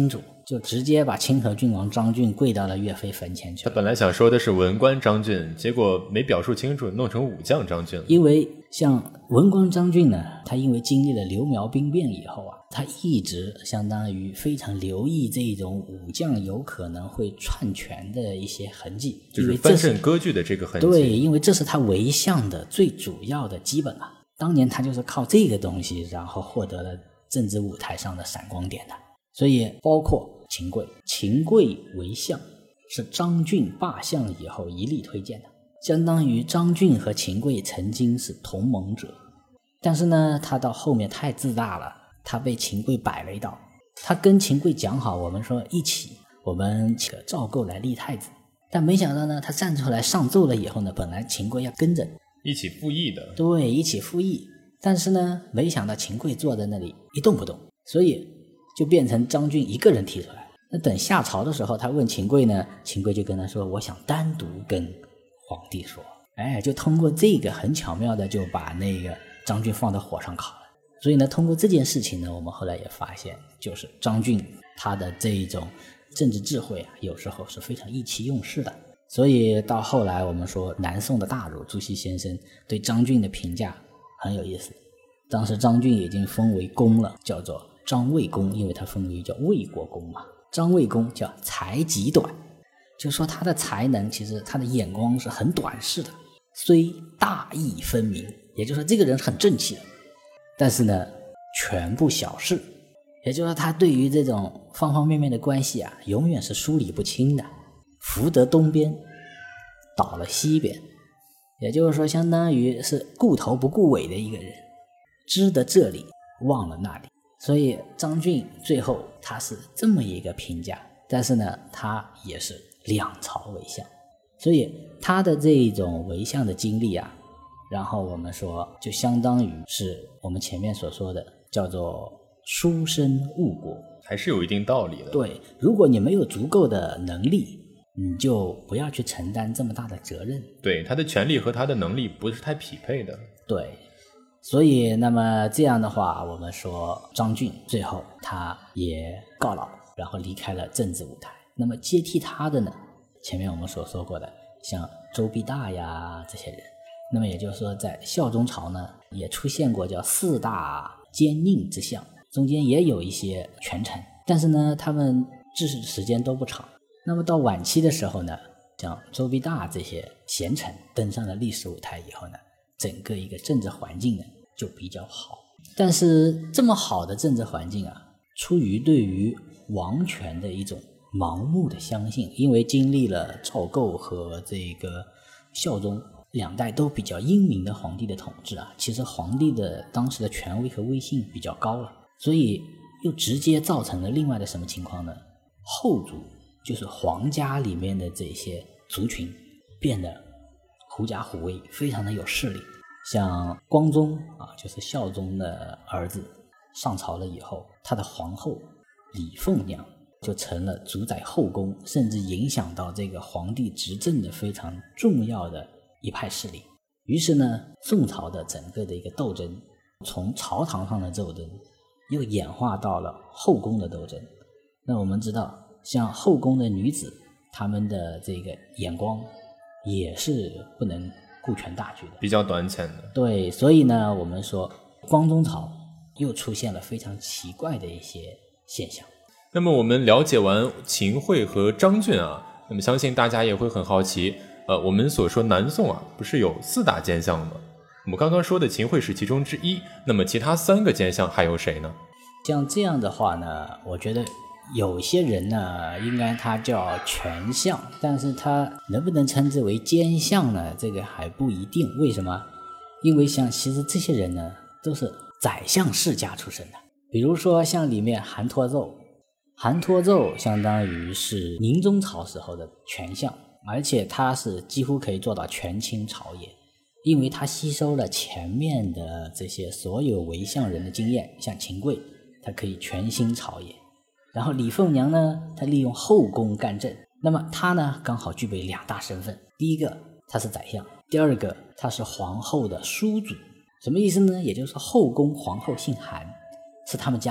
[SPEAKER 3] 就直接把清河郡王张俊跪到了岳飞坟前去了。
[SPEAKER 2] 他本来想说的是文官张俊，结果没表述清楚，弄成武将张俊了。
[SPEAKER 3] 因为像文官张俊呢，他因为经历了刘苗兵变以后啊，他一直相当于非常留意这种武将有可能会篡权的一些痕迹，
[SPEAKER 2] 就是藩镇割据的这个痕迹。
[SPEAKER 3] 对，因为这是他为相的最主要的基本啊。当年他就是靠这个东西，然后获得了政治舞台上的闪光点的。所以包括秦桧，秦桧为相是张俊罢相以后一力推荐的，相当于张俊和秦桧曾经是同盟者。但是呢，他到后面太自大了，他被秦桧摆了一道。他跟秦桧讲好，我们说一起，我们请赵构来立太子。但没想到呢，他站出来上奏了以后呢，本来秦桧要跟着
[SPEAKER 2] 一起复议的。
[SPEAKER 3] 对，一起复议。但是呢，没想到秦桧坐在那里一动不动，所以就变成张俊一个人提出来。那等下朝的时候，他问秦桧呢，秦桧就跟他说，我想单独跟皇帝说。就通过这个很巧妙的就把那个张俊放到火上烤了。所以呢，通过这件事情呢，我们后来也发现，就是张俊他的这一种政治智慧啊，有时候是非常意气用事的。所以到后来我们说南宋的大儒朱熹先生对张俊的评价很有意思。当时张俊已经封为公了，叫做张魏公，因为他封为叫魏国公嘛。张魏公叫才极短，就说他的才能其实他的眼光是很短视的，虽大义分明，也就是说这个人很正气的，但是呢全不小事，也就是说他对于这种方方面面的关系啊，永远是梳理不清的，福得东边倒了西边，也就是说相当于是顾头不顾尾的一个人，知得这里忘了那里。所以张俊最后他是这么一个评价，但是呢他也是两朝为相，所以他的这一种为相的经历啊，然后我们说就相当于是我们前面所说的叫做书生误国，
[SPEAKER 2] 还是有一定道理的。
[SPEAKER 3] 对，如果你没有足够的能力，你就不要去承担这么大的责任。
[SPEAKER 2] 对，他的权力和他的能力不是太匹配的。
[SPEAKER 3] 对，所以那么这样的话，我们说张俊最后他也告老，然后离开了政治舞台。那么接替他的呢，前面我们所说过的像周必大呀这些人，那么也就是说在孝宗朝呢也出现过叫四大奸佞之相，中间也有一些权臣，但是呢他们治世时间都不长。那么到晚期的时候呢，像周必大这些贤臣登上了历史舞台以后呢，整个一个政治环境呢就比较好。但是这么好的政治环境啊，出于对于王权的一种盲目的相信，因为经历了赵构和这个孝宗两代都比较英明的皇帝的统治啊，其实皇帝的当时的权威和威信比较高了，所以又直接造成了另外的什么情况呢？后族就是皇家里面的这些族群变得狐假虎威，非常的有势力。像光宗啊，就是孝宗的儿子，上朝了以后，他的皇后李凤娘就成了主宰后宫，甚至影响到这个皇帝执政的非常重要的一派势力。于是呢，宋朝的整个的一个斗争，从朝堂上的斗争又演化到了后宫的斗争。那我们知道，像后宫的女子，她们的这个眼光也是不能顾全大局的，
[SPEAKER 2] 比较短浅的。
[SPEAKER 3] 对，所以呢，我们说光宗朝又出现了非常奇怪的一些现象。
[SPEAKER 2] 那么我们了解完秦桧和张俊啊，那么相信大家也会很好奇，我们所说南宋啊，不是有四大奸相吗？我们刚刚说的秦桧是其中之一，那么其他三个奸相还有谁呢？
[SPEAKER 3] 像这样的话呢，我觉得有些人呢，应该他叫权相，但是他能不能称之为奸相呢？这个还不一定。为什么？因为像其实这些人呢，都是宰相世家出身的。比如说像里面韩托胄，韩托胄相当于是宁宗朝时候的权相，而且他是几乎可以做到权倾朝野，因为他吸收了前面的这些所有为相人的经验，像秦桧，他可以权倾朝野。然后李凤娘呢，她利用后宫干政，那么她呢刚好具备两大身份，第一个她是宰相，第二个她是皇后的叔祖。什么意思呢？也就是说后宫皇后姓韩，是他们家人，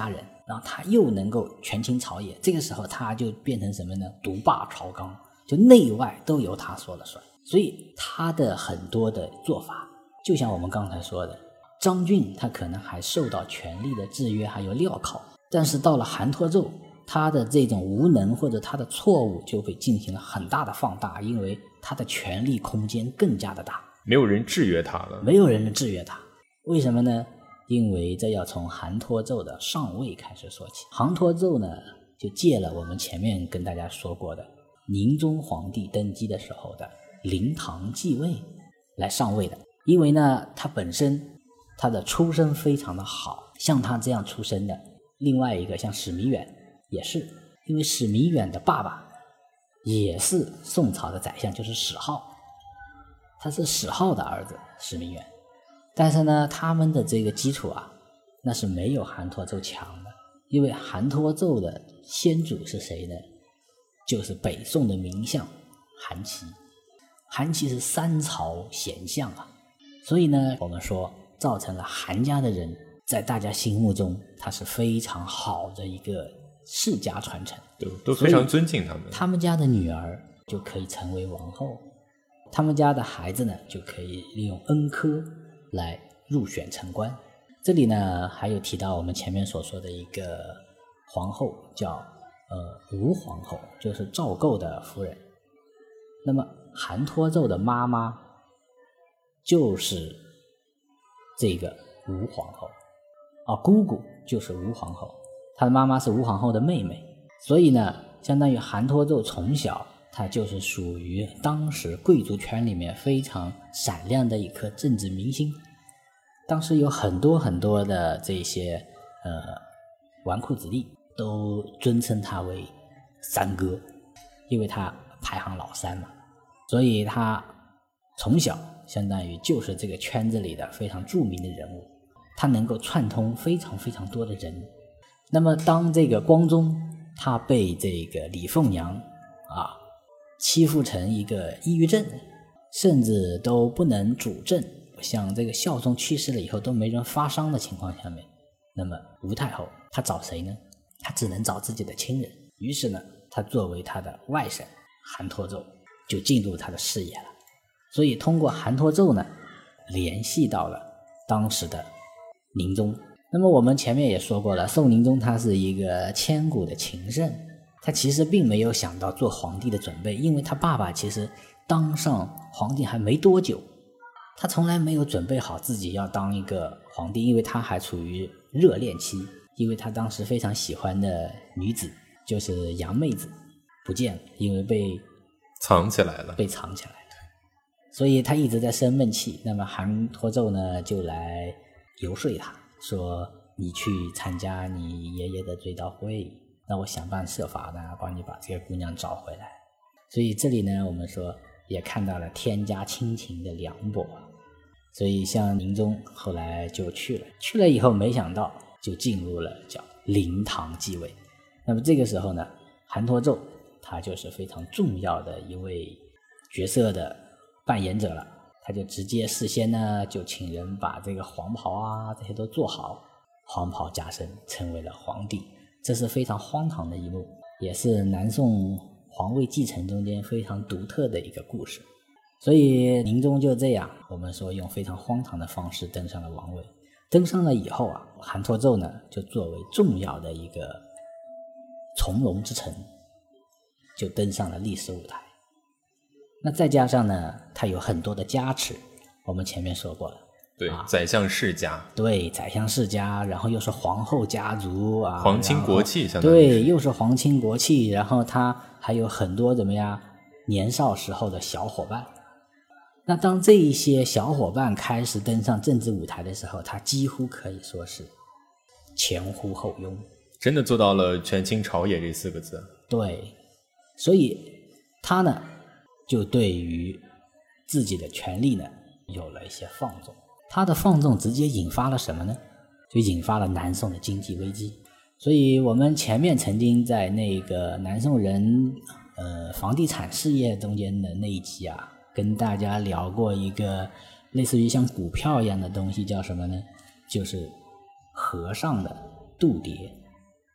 [SPEAKER 3] 然后他又能够权倾朝野，这个时候他就变成什么呢？独霸朝纲，就内外都由他说了算。所以他的很多的做法，就像我们刚才说的，张俊他可能还受到权力的制约，还有镣铐，但是到了韩托胄，他的这种无能或者他的错误就会进行了很大的放大，因为他的权力空间更加的大，
[SPEAKER 2] 没有人制约他了。
[SPEAKER 3] 没有人能制约他。为什么呢？因为这要从韩托胄的上位开始说起。韩托胄呢，就借了我们前面跟大家说过的宁宗皇帝登基的时候的灵堂继位来上位的。因为呢，他本身他的出身非常的好，像他这样出身的另外一个像史弥远也是，因为史弥远的爸爸也是宋朝的宰相，就是史浩，他是史浩的儿子史弥远。但是呢，他们的这个基础啊，那是没有韩托胄强的。因为韩托胄的先祖是谁呢？就是北宋的名相韩琦。韩琦是3朝贤相啊，所以呢，我们说造成了韩家的人在大家心目中他是非常好的一个世家传承，
[SPEAKER 2] 都非常尊敬他们。
[SPEAKER 3] 他们家的女儿就可以成为王后，他们家的孩子呢就可以利用恩科来入选成官。这里呢还有提到我们前面所说的一个皇后叫吴皇后，就是赵构的夫人。那么韩托胄的妈妈就是这个吴皇后姑姑就是吴皇后，她的妈妈是吴皇后的妹妹。所以呢，相当于韩托胄从小他就是属于当时贵族圈里面非常闪亮的一颗政治明星。当时有很多很多的这些纨绔子弟都尊称他为三哥，因为他排行老3嘛，所以他从小相当于就是这个圈子里的非常著名的人物，他能够串通非常非常多的人。那么当这个光宗他被这个李凤娘欺负成一个抑郁症，甚至都不能主政，像这个孝宗去世了以后都没人发丧的情况下面，那么吴太后她找谁呢？她只能找自己的亲人。于是呢，她作为她的外甥韩托胄就进入她的视野了。所以通过韩托胄呢，联系到了当时的宁宗。那么我们前面也说过了，宋宁宗他是一个千古的情圣，他其实并没有想到做皇帝的准备，因为他爸爸其实当上皇帝还没多久，他从来没有准备好自己要当一个皇帝，因为他还处于热恋期，因为他当时非常喜欢的女子就是杨妹子不见了，因为被
[SPEAKER 2] 藏起来了，
[SPEAKER 3] 所以他一直在生闷气。那么韩托胄呢就来游说他，说你去参加你爷爷的追悼会，那我想办设法呢帮你把这个姑娘找回来。所以这里呢我们说也看到了天家亲情的凉薄。所以像宁宗后来就去了以后，没想到就进入了叫灵堂继位。那么这个时候呢，韩托胄他就是非常重要的一位角色的扮演者了，他就直接事先呢就请人把这个黄袍这些都做好，黄袍加身成为了皇帝。这是非常荒唐的一幕，也是南宋皇位继承中间非常独特的一个故事。所以宁宗就这样，我们说用非常荒唐的方式登上了王位。登上了以后韩托胄呢就作为重要的一个从容之臣，就登上了历史舞台。那再加上呢他有很多的加持，我们前面说过了，
[SPEAKER 2] 对，宰相世家，
[SPEAKER 3] 对，宰相世家，然后又是皇后家族
[SPEAKER 2] 皇亲国戚，相当于
[SPEAKER 3] 对，又是皇亲国戚，然后他还有很多怎么样年少时候的小伙伴。那当这一些小伙伴开始登上政治舞台的时候，他几乎可以说是前呼后拥，
[SPEAKER 2] 真的做到了权倾朝野这4个字。
[SPEAKER 3] 对，所以他呢就对于自己的权力呢有了一些放纵。他的放纵直接引发了什么呢？就引发了南宋的经济危机。所以我们前面曾经在那个南宋人房地产事业中间的那一期跟大家聊过一个类似于像股票一样的东西，叫什么呢？就是和尚的度牒。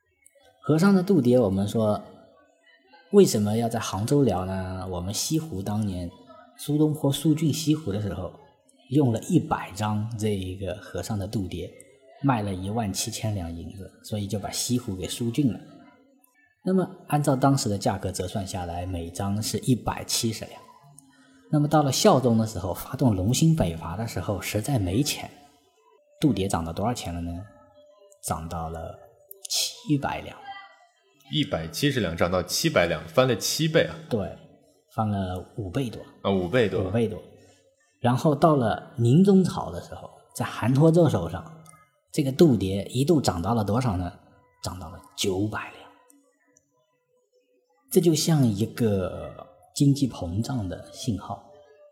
[SPEAKER 3] 河上的渡牒，我们说为什么要在杭州聊呢？我们西湖当年苏东坡苏郡西湖的时候，用了100张这一个河上的渡牒，卖了17000两银子，所以就把西湖给苏郡了。那么按照当时的价格折算下来，每张是170两。那么到了孝宗的时候，发动龙兴北伐的时候，实在没钱，渡牒涨到多少钱了呢？涨到了700两。
[SPEAKER 2] 170两涨到700两，翻了7倍啊！
[SPEAKER 3] 对，翻了5倍多
[SPEAKER 2] 啊，5倍多，5
[SPEAKER 3] 倍多。然后到了宁宗朝的时候，在韩托胄手上，这个渡牒一度涨到了多少呢？涨到了900两。这就像一个经济膨胀的信号，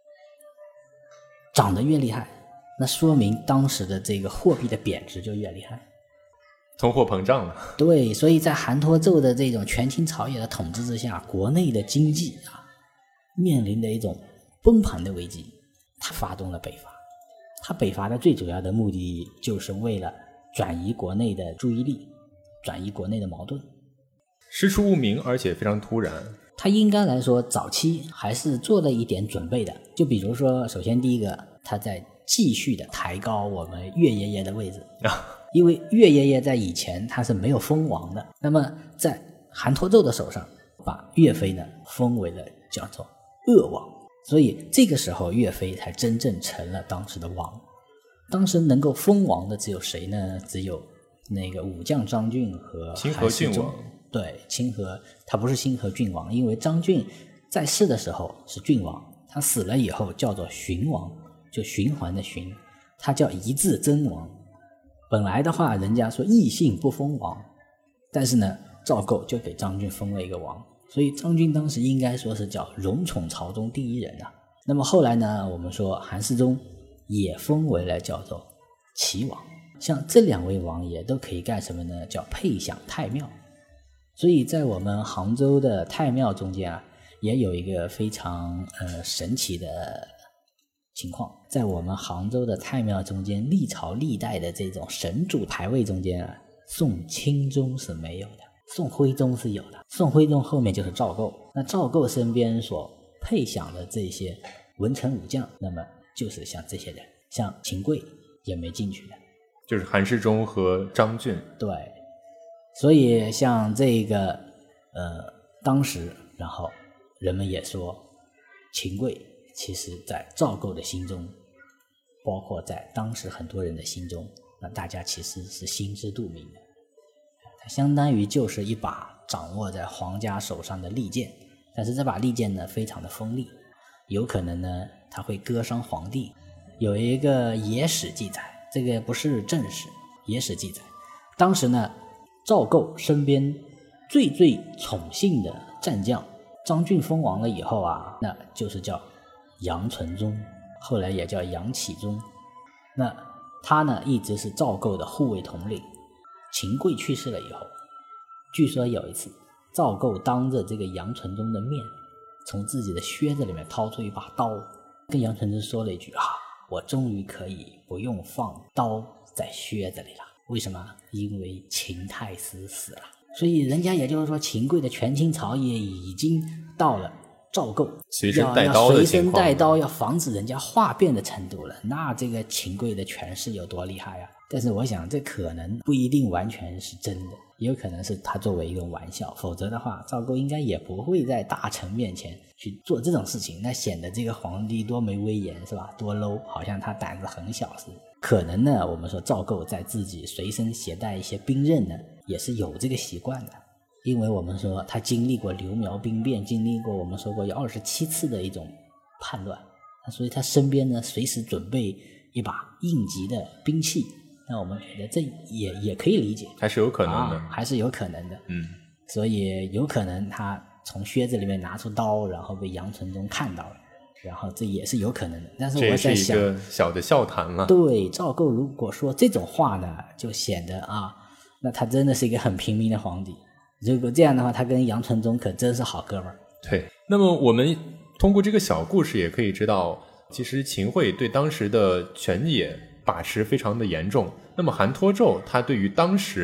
[SPEAKER 3] 涨得越厉害，那说明当时的这个货币的贬值就越厉害，
[SPEAKER 2] 通货膨胀了。
[SPEAKER 3] 对，所以在韩托胄的这种权倾朝野的统治之下，国内的经济面临的一种崩盘的危机。他发动了北伐，他北伐的最主要的目的就是为了转移国内的注意力，转移国内的矛盾。
[SPEAKER 2] 师出无名，而且非常突然。
[SPEAKER 3] 他应该来说早期还是做了一点准备的，就比如说首先第一个，他在继续的抬高我们岳爷爷的位置因为岳爷爷在以前他是没有封王的，那么在韩托胄的手上把岳飞呢封为了叫做鄂王，所以这个时候岳飞才真正成了当时的王。当时能够封王的只有谁呢？只有那个武将张俊和
[SPEAKER 2] 清河郡王。
[SPEAKER 3] 对，清河他不是清河郡王，因为张俊在世的时候是郡王，他死了以后叫做循王，就循环的循，他叫一字真王。本来的话人家说异姓不封王，但是呢赵构就给张俊封了一个王，所以张俊当时应该说是叫荣宠朝中第一人啊。那么后来呢，我们说韩世忠也封为了叫做齐王，像这2位王爷都可以干什么呢？叫配享太庙。所以在我们杭州的太庙中间也有一个非常神奇的情况，在我们杭州的太庙中间，历朝历代的这种神主牌位中间宋钦宗是没有的，宋徽宗是有的，宋徽宗后面就是赵构，那赵构身边所配享的这些文臣武将，那么就是像这些人，像秦桧也没进去的，
[SPEAKER 2] 就是韩世忠和张俊。
[SPEAKER 3] 对，所以像这个当时然后人们也说秦桧其实在赵构的心中，包括在当时很多人的心中，那大家其实是心知肚明的，它相当于就是一把掌握在皇家手上的利剑，但是这把利剑呢非常的锋利，有可能呢它会割伤皇帝。有一个野史记载，这个不是正史，野史记载当时呢赵构身边最宠幸的战将张俊封王了以后那就是叫杨纯忠，后来也叫杨启忠。那他呢一直是赵构的护卫统领。秦桧去世了以后，据说有一次赵构当着这个杨纯忠的面，从自己的靴子里面掏出一把刀，跟杨纯忠说了一句我终于可以不用放刀在靴子里了。为什么？因为秦太师死了。所以人家也就是说秦桧的权倾朝野已经到了赵构
[SPEAKER 2] 随身带刀的情况，
[SPEAKER 3] 要随身带刀，要防止人家哗变的程度了。那这个秦桧的权势有多厉害啊？但是我想这可能不一定完全是真的，也有可能是他作为一个玩笑，否则的话赵构应该也不会在大臣面前去做这种事情，那显得这个皇帝多没威严是吧？多 low， 好像他胆子很小似的。可能呢我们说赵构在自己随身携带一些兵刃呢也是有这个习惯的，因为我们说他经历过刘苗兵变，经历过我们说过有27次的一种叛乱，所以他身边呢随时准备一把应急的兵器。那我们觉得这也可以理解，
[SPEAKER 2] 还是有可能的，
[SPEAKER 3] 还是有可能的。所以有可能他从靴子里面拿出刀，然后被杨纯忠看到了，然后这也是有可能的。但是我在想，
[SPEAKER 2] 这也是一个小的笑谈了。
[SPEAKER 3] 对，赵构如果说这种话呢，就显得那他真的是一个很平民的皇帝。如果这样的话，他跟杨纯忠可真是好哥们儿。
[SPEAKER 2] 对，那么我们通过这个小故事也可以知道，其实秦桧对当时的权野把持非常的严重。那么韩托胄他对于当时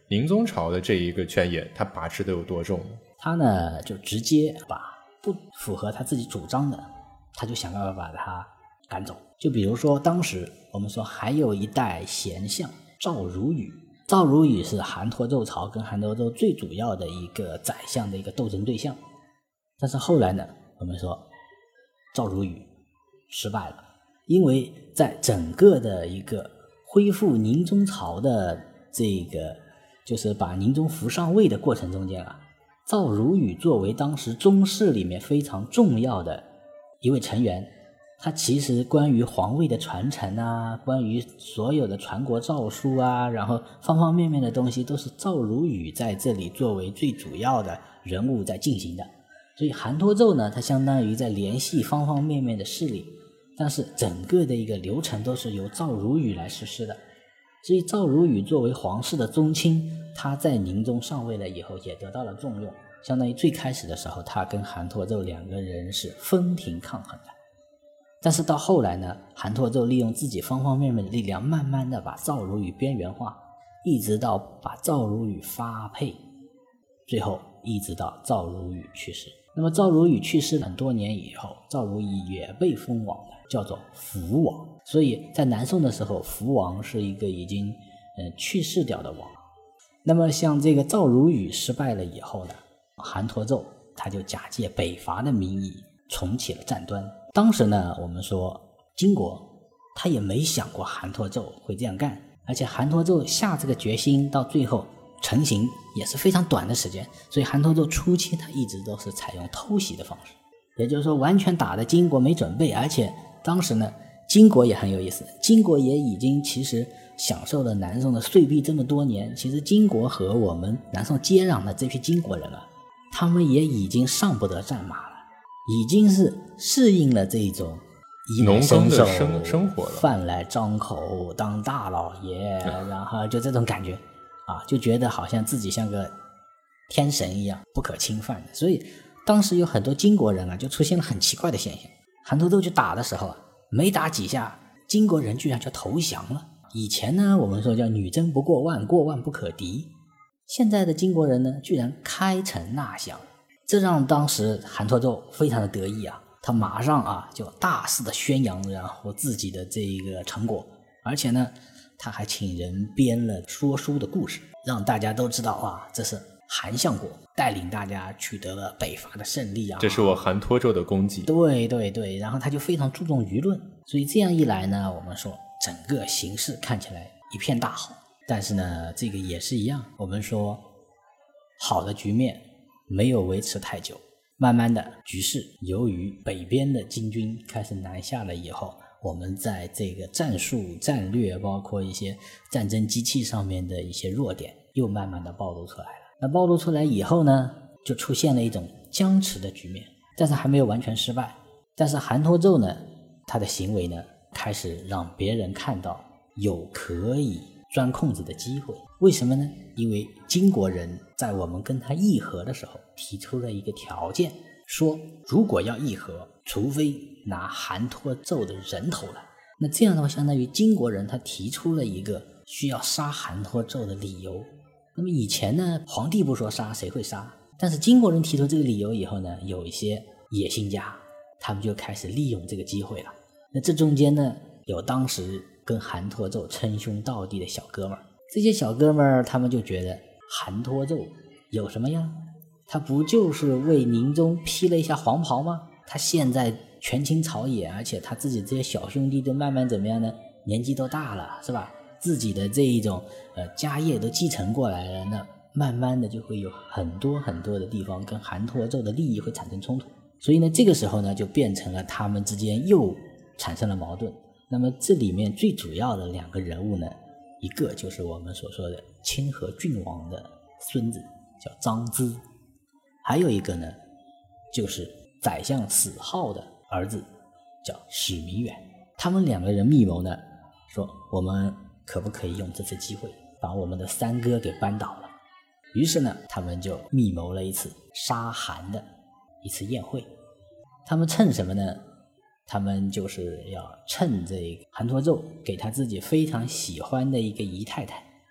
[SPEAKER 2] 宁宗朝的这一个权言，他把持的有多重呢？
[SPEAKER 3] 他呢就直接把不符合他自己主张的，他就想办法把他赶走。就比如说当时我们说还有一代贤相赵如禹，赵如禹是韩托胄朝跟韩托胄最主要的一个宰相的一个斗争对象，但是后来呢，我们说赵如禹失败了，因为在整个的一个恢复宁宗朝的这个就是把宁宗扶上位的过程中间啊，赵如禹作为当时宗室里面非常重要的一位成员，他其实关于皇位的传承啊，关于所有的传国诏书啊，然后方方面面的东西都是赵如禹在这里作为最主要的人物在进行的。所以韩托胄呢，他相当于在联系方方面面的势力，但是整个的一个流程都是由赵如禹来实施的。所以赵如禹作为皇室的宗亲，他在宁宗上位了以后也得到了重用，相当于最开始的时候他跟韩托胄两个人是分庭抗衡的。但是到后来呢，韩托胄利用自己方方面面的力量，慢慢的把赵如禹边缘化，一直到把赵如禹发配，最后一直到赵如禹去世。那么赵如禹去世很多年以后，赵如禹也被封王了，叫做福王。所以在南宋的时候，福王是一个已经去世掉的王。那么像这个赵如禹失败了以后呢，韩托胄他就假借北伐的名义重启了战端。当时呢，我们说金国他也没想过韩托胄会这样干，而且韩托胄下这个决心到最后成型也是非常短的时间，所以韩托胄初期他一直都是采用偷袭的方式，也就是说完全打的金国没准备。而且当时呢，金国也很有意思，金国也已经其实享受了南宋的岁币这么多年，其实金国和我们南宋接壤的这批金国人啊，他们也已经上不得战马了，已经是适应了这种
[SPEAKER 2] 农耕的生活了，
[SPEAKER 3] 饭来张口当大老爷，然后就这种感觉啊，就觉得好像自己像个天神一样不可侵犯的。所以当时有很多金国人啊，就出现了很奇怪的现象。韩托胄去打的时候啊，没打几下，金国人居然就投降了。以前呢，我们说叫女真不过万，过万不可敌。现在的金国人呢，居然开城纳降，这让当时韩托胄非常的得意啊，他马上啊就大肆的宣扬然后自己的这一个成果，而且呢他还请人编了说书的故事，让大家都知道啊，这是韩相国带领大家取得了北伐的胜利啊，
[SPEAKER 2] 这是我韩托胄的功绩。
[SPEAKER 3] 对对对，然后他就非常注重舆论，所以这样一来呢，我们说整个形势看起来一片大好。但是呢，这个也是一样，我们说好的局面没有维持太久，慢慢的局势由于北边的金军开始南下了以后，我们在这个战术战略包括一些战争机器上面的一些弱点又慢慢的暴露出来了。那暴露出来以后呢，就出现了一种僵持的局面，但是还没有完全失败。但是韩托胄呢，他的行为呢开始让别人看到有可以钻空子的机会。为什么呢？因为金国人在我们跟他议和的时候提出了一个条件，说如果要议和，除非拿韩托胄的人头来。那这样的话，相当于金国人他提出了一个需要杀韩托胄的理由。那么以前呢，皇帝不说杀，谁会杀？但是金国人提出这个理由以后呢，有一些野心家，他们就开始利用这个机会了。那这中间呢，有当时跟韩托胄称兄道弟的小哥们儿，这些小哥们儿他们就觉得韩托胄有什么呀？他不就是为宁宗披了一下黄袍吗？他现在权倾朝野，而且他自己这些小兄弟都慢慢怎么样呢？年纪都大了，是吧？自己的这一种家业都继承过来了，那慢慢的就会有很多很多的地方跟韩托胄的利益会产生冲突。所以呢，这个时候呢，就变成了他们之间又产生了矛盾。那么这里面最主要的两个人物呢，一个就是我们所说的清河郡王的孙子叫张咨，还有一个呢就是宰相死浩的儿子叫史弥远。他们两个人密谋呢，说我们可不可以用这次机会把我们的三哥给扳倒了。于是呢，他们就密谋了一次杀韩的一次宴会。他们趁什么呢？他们就是要趁这个韩托胄给他自己非常喜欢的一个姨太太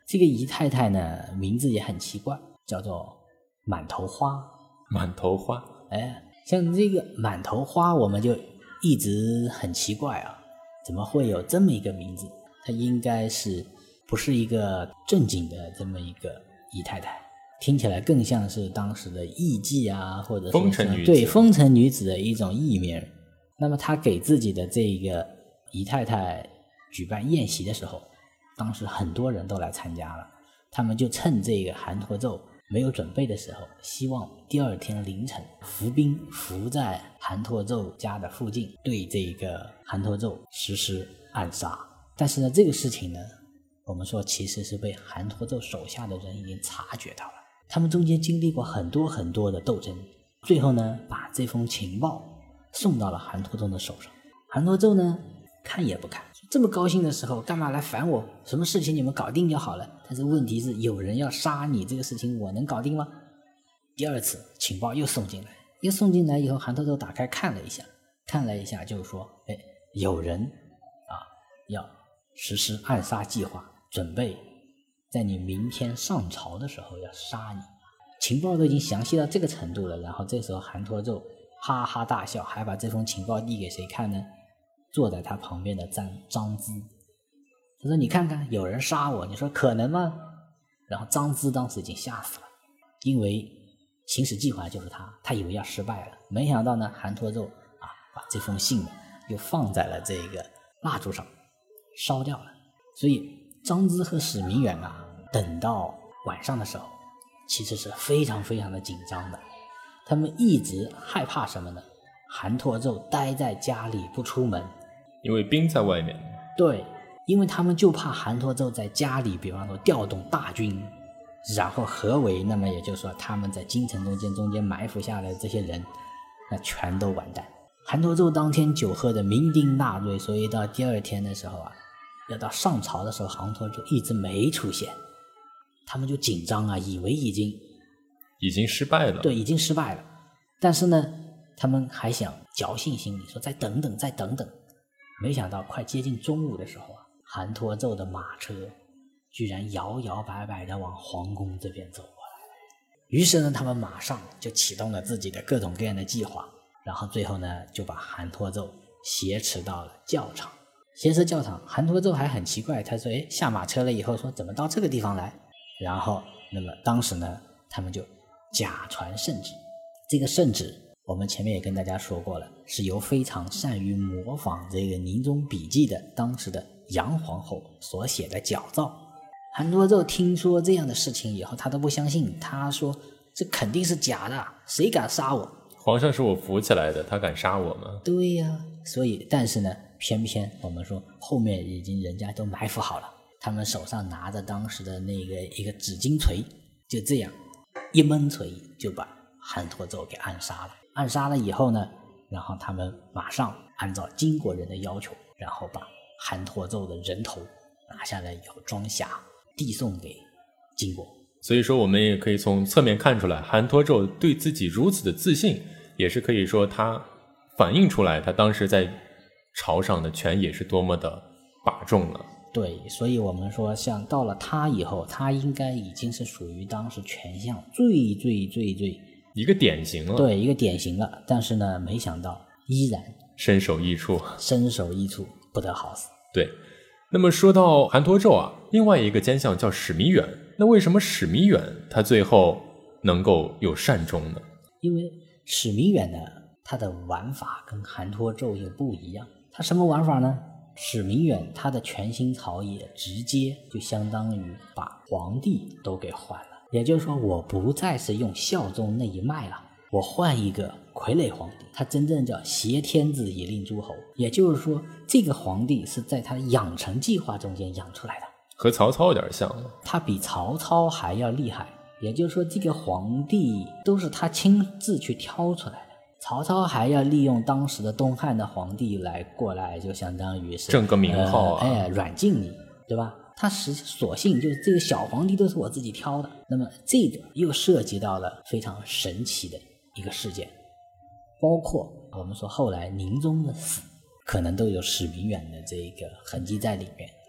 [SPEAKER 3] 这个姨太太呢，名字也很奇怪，叫做满头花。
[SPEAKER 2] 满头花，
[SPEAKER 3] 像这个满头花，我们就一直很奇怪啊，怎么会有这么一个名字？她应该是不是一个正经的这么一个姨太太，听起来更像是当时的艺妓啊，或者
[SPEAKER 2] 风尘女子，
[SPEAKER 3] 对，风尘女子的一种艺名。那么她给自己的这个姨太太举办宴席的时候，当时很多人都来参加了，他们就趁这个韩侂胄没有准备的时候，希望第二天凌晨伏兵伏在韩侂胄家的附近，对这个韩侂胄实施暗杀。但是呢，这个事情呢，我们说其实是被韩侂胄手下的人已经察觉到了，他们中间经历过很多很多的斗争，最后呢，把这封情报送到了韩侂胄的手上。韩侂胄呢，看也不看，这么高兴的时候干嘛来烦我？什么事情你们搞定就好了。但是问题是有人要杀你，这个事情我能搞定吗？第二次情报又送进来，以后韩侂胄打开看了一下就是说，有人要实施暗杀计划，准备在你明天上朝的时候要杀你。情报都已经详细到这个程度了，然后这时候韩侂胄哈哈大笑，还把这封情报递给谁看呢？坐在他旁边的张咨，他说：“你看看，有人杀我，你说可能吗？”然后张咨当时已经吓死了，因为行使计划就是他以为要失败了，没想到呢，韩侂胄把这封信呢又放在了这个蜡烛上烧掉了。所以张咨和史弥远等到晚上的时候，其实是非常非常的紧张的，他们一直害怕什么呢？韩侂胄待在家里不出门。
[SPEAKER 2] 因为兵在外面。
[SPEAKER 3] 对，因为他们就怕韩侂胄在家里，比方说调动大军，然后合围，那么也就是说他们在京城中间埋伏下来的这些人，那全都完蛋。韩侂胄当天酒喝的酩酊大醉，所以到第二天的时候要到上朝的时候，韩侂胄一直没出现，他们就紧张以为已经失败了。对，已经失败了。但是呢，他们还想侥幸心理，说再等等。没想到快接近中午的时候韩侂胄的马车居然摇摇摆摆地往皇宫这边走过来。于是呢，他们马上就启动了自己的各种各样的计划，然后最后呢，就把韩侂胄挟持到了教场。韩侂胄还很奇怪，他说：“下马车了以后，说怎么到这个地方来？”然后，那么当时呢，他们就假传圣旨。这个圣旨我们前面也跟大家说过了，是由非常善于模仿这个宁宗笔记的当时的杨皇后所写的矫造。韩侂胄听说这样的事情以后，他都不相信，他说这肯定是假的，谁敢杀我？
[SPEAKER 2] 皇上是我扶起来的，他敢杀我吗？
[SPEAKER 3] 对呀，所以但是呢，偏偏我们说后面已经人家都埋伏好了，他们手上拿着当时的那个一个紫金锤，就这样一闷锤就把韩侂胄给暗杀了。暗杀了以后呢，然后他们马上按照金国人的要求，然后把韩侂胄的人头拿下来以后装匣递送给金国。
[SPEAKER 2] 所以说我们也可以从侧面看出来，韩侂胄对自己如此的自信，也是可以说他反映出来他当时在朝上的权也是多么的把重了。
[SPEAKER 3] 对，所以我们说像到了他以后，他应该已经是属于当时权相最
[SPEAKER 2] 一个典型了。
[SPEAKER 3] 对，一个典型了。但是呢，没想到依然
[SPEAKER 2] 身首异处，
[SPEAKER 3] 不得好死。
[SPEAKER 2] 对，那么说到韩侂胄另外一个奸相叫史弥远，那为什么史弥远他最后能够有善终呢？
[SPEAKER 3] 因为史弥远呢，他的玩法跟韩侂胄又不一样。他什么玩法呢？史弥远他的全心草野直接就相当于把皇帝都给换了，也就是说我不再是用孝宗那一脉了，我换一个傀儡皇帝，他真正叫挟天子以令诸侯，也就是说这个皇帝是在他的养成计划中间养出来的，
[SPEAKER 2] 和曹操有点像了。
[SPEAKER 3] 他比曹操还要厉害，也就是说这个皇帝都是他亲自去挑出来的。曹操还要利用当时的东汉的皇帝来过来，就相当于是
[SPEAKER 2] 正个名号
[SPEAKER 3] 软禁你，对吧？他索性就是这个小皇帝都是我自己挑的。那么这个又涉及到了非常神奇的一个事件，包括我们说后来宁宗的死可能都有史弥远的这个痕迹在里面。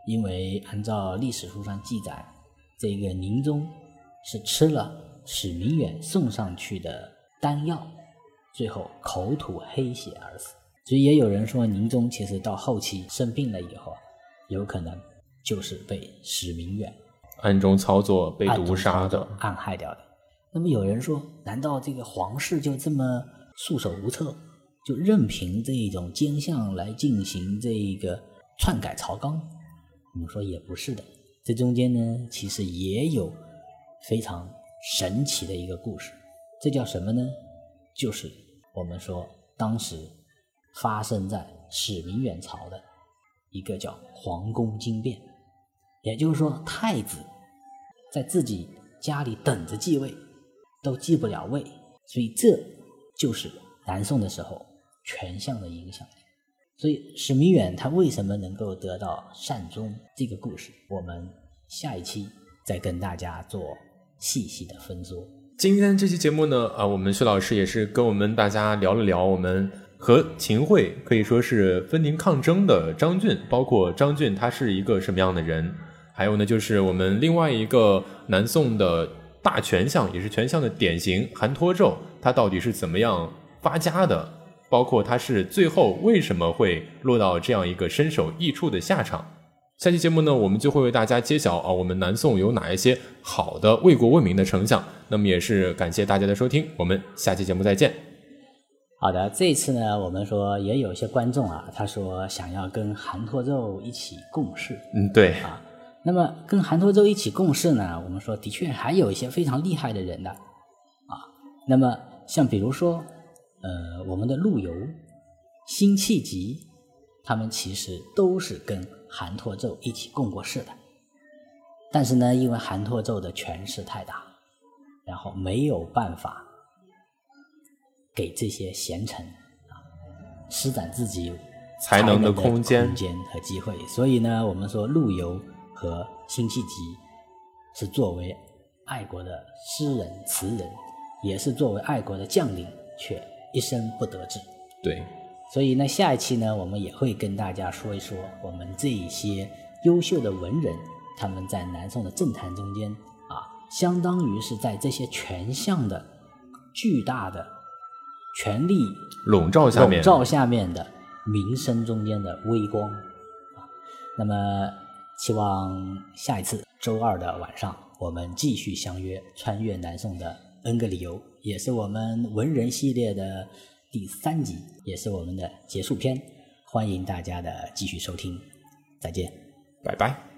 [SPEAKER 3] 因为按照历史书上记载，这个宁宗是吃了史弥远送上去的丹药，最后口吐黑血而死。所以也有人说宁宗其实到后期生病了以后，有可能就是被史弥远
[SPEAKER 2] 暗中操作被毒杀的，
[SPEAKER 3] 暗害掉的。那么有人说，难道这个皇室就这么束手无策，就任凭这种奸相来进行这个篡改朝纲？我们说也不是的，这中间呢其实也有非常神奇的一个故事。这叫什么呢？就是我们说当时发生在史弥远朝的一个叫皇宫惊变。也就是说，太子在自己家里等着继位都继不了位，所以这就是南宋的时候权相的影响力。所以史弥远他为什么能够得到善终，这个故事我们下一期再跟大家做细细的分说。
[SPEAKER 2] 今天这期节目呢，我们薛老师也是跟我们大家聊了聊我们和秦桧可以说是分庭抗争的张俊，包括张俊他是一个什么样的人，还有呢就是我们另外一个南宋的大权相，也是权相的典型韩托胄，他到底是怎么样发家的，包括他是最后为什么会落到这样一个身首异处的下场。下期节目呢，我们就会为大家揭晓我们南宋有哪一些好的为国为民的丞相。那么也是感谢大家的收听，我们下期节目再见。
[SPEAKER 3] 好的，这一次呢，我们说也有一些观众他说想要跟韩托胄一起共事。
[SPEAKER 2] 对
[SPEAKER 3] 那么跟韩托胄一起共事呢，我们说的确还有一些非常厉害的人的那么像比如说我们的陆游、辛弃疾，他们其实都是跟韩托胄一起共过事的。但是呢，因为韩托胄的权势太大，然后没有办法给这些贤臣施展自己
[SPEAKER 2] 才能的空间
[SPEAKER 3] 和机会，所以呢，我们说陆游和辛弃疾是作为爱国的诗人词人，也是作为爱国的将领，却一生不得志。
[SPEAKER 2] 对，
[SPEAKER 3] 所以呢，下一期呢，我们也会跟大家说一说我们这一些优秀的文人，他们在南宋的政坛中间相当于是在这些权相的巨大的权力
[SPEAKER 2] 笼罩下面
[SPEAKER 3] 的民生中间的微光那么希望下一次周二的晚上，我们继续相约穿越南宋的 N 个理由，也是我们文人系列的第3集，也是我们的结束篇，欢迎大家的继续收听，再见，
[SPEAKER 2] 拜拜。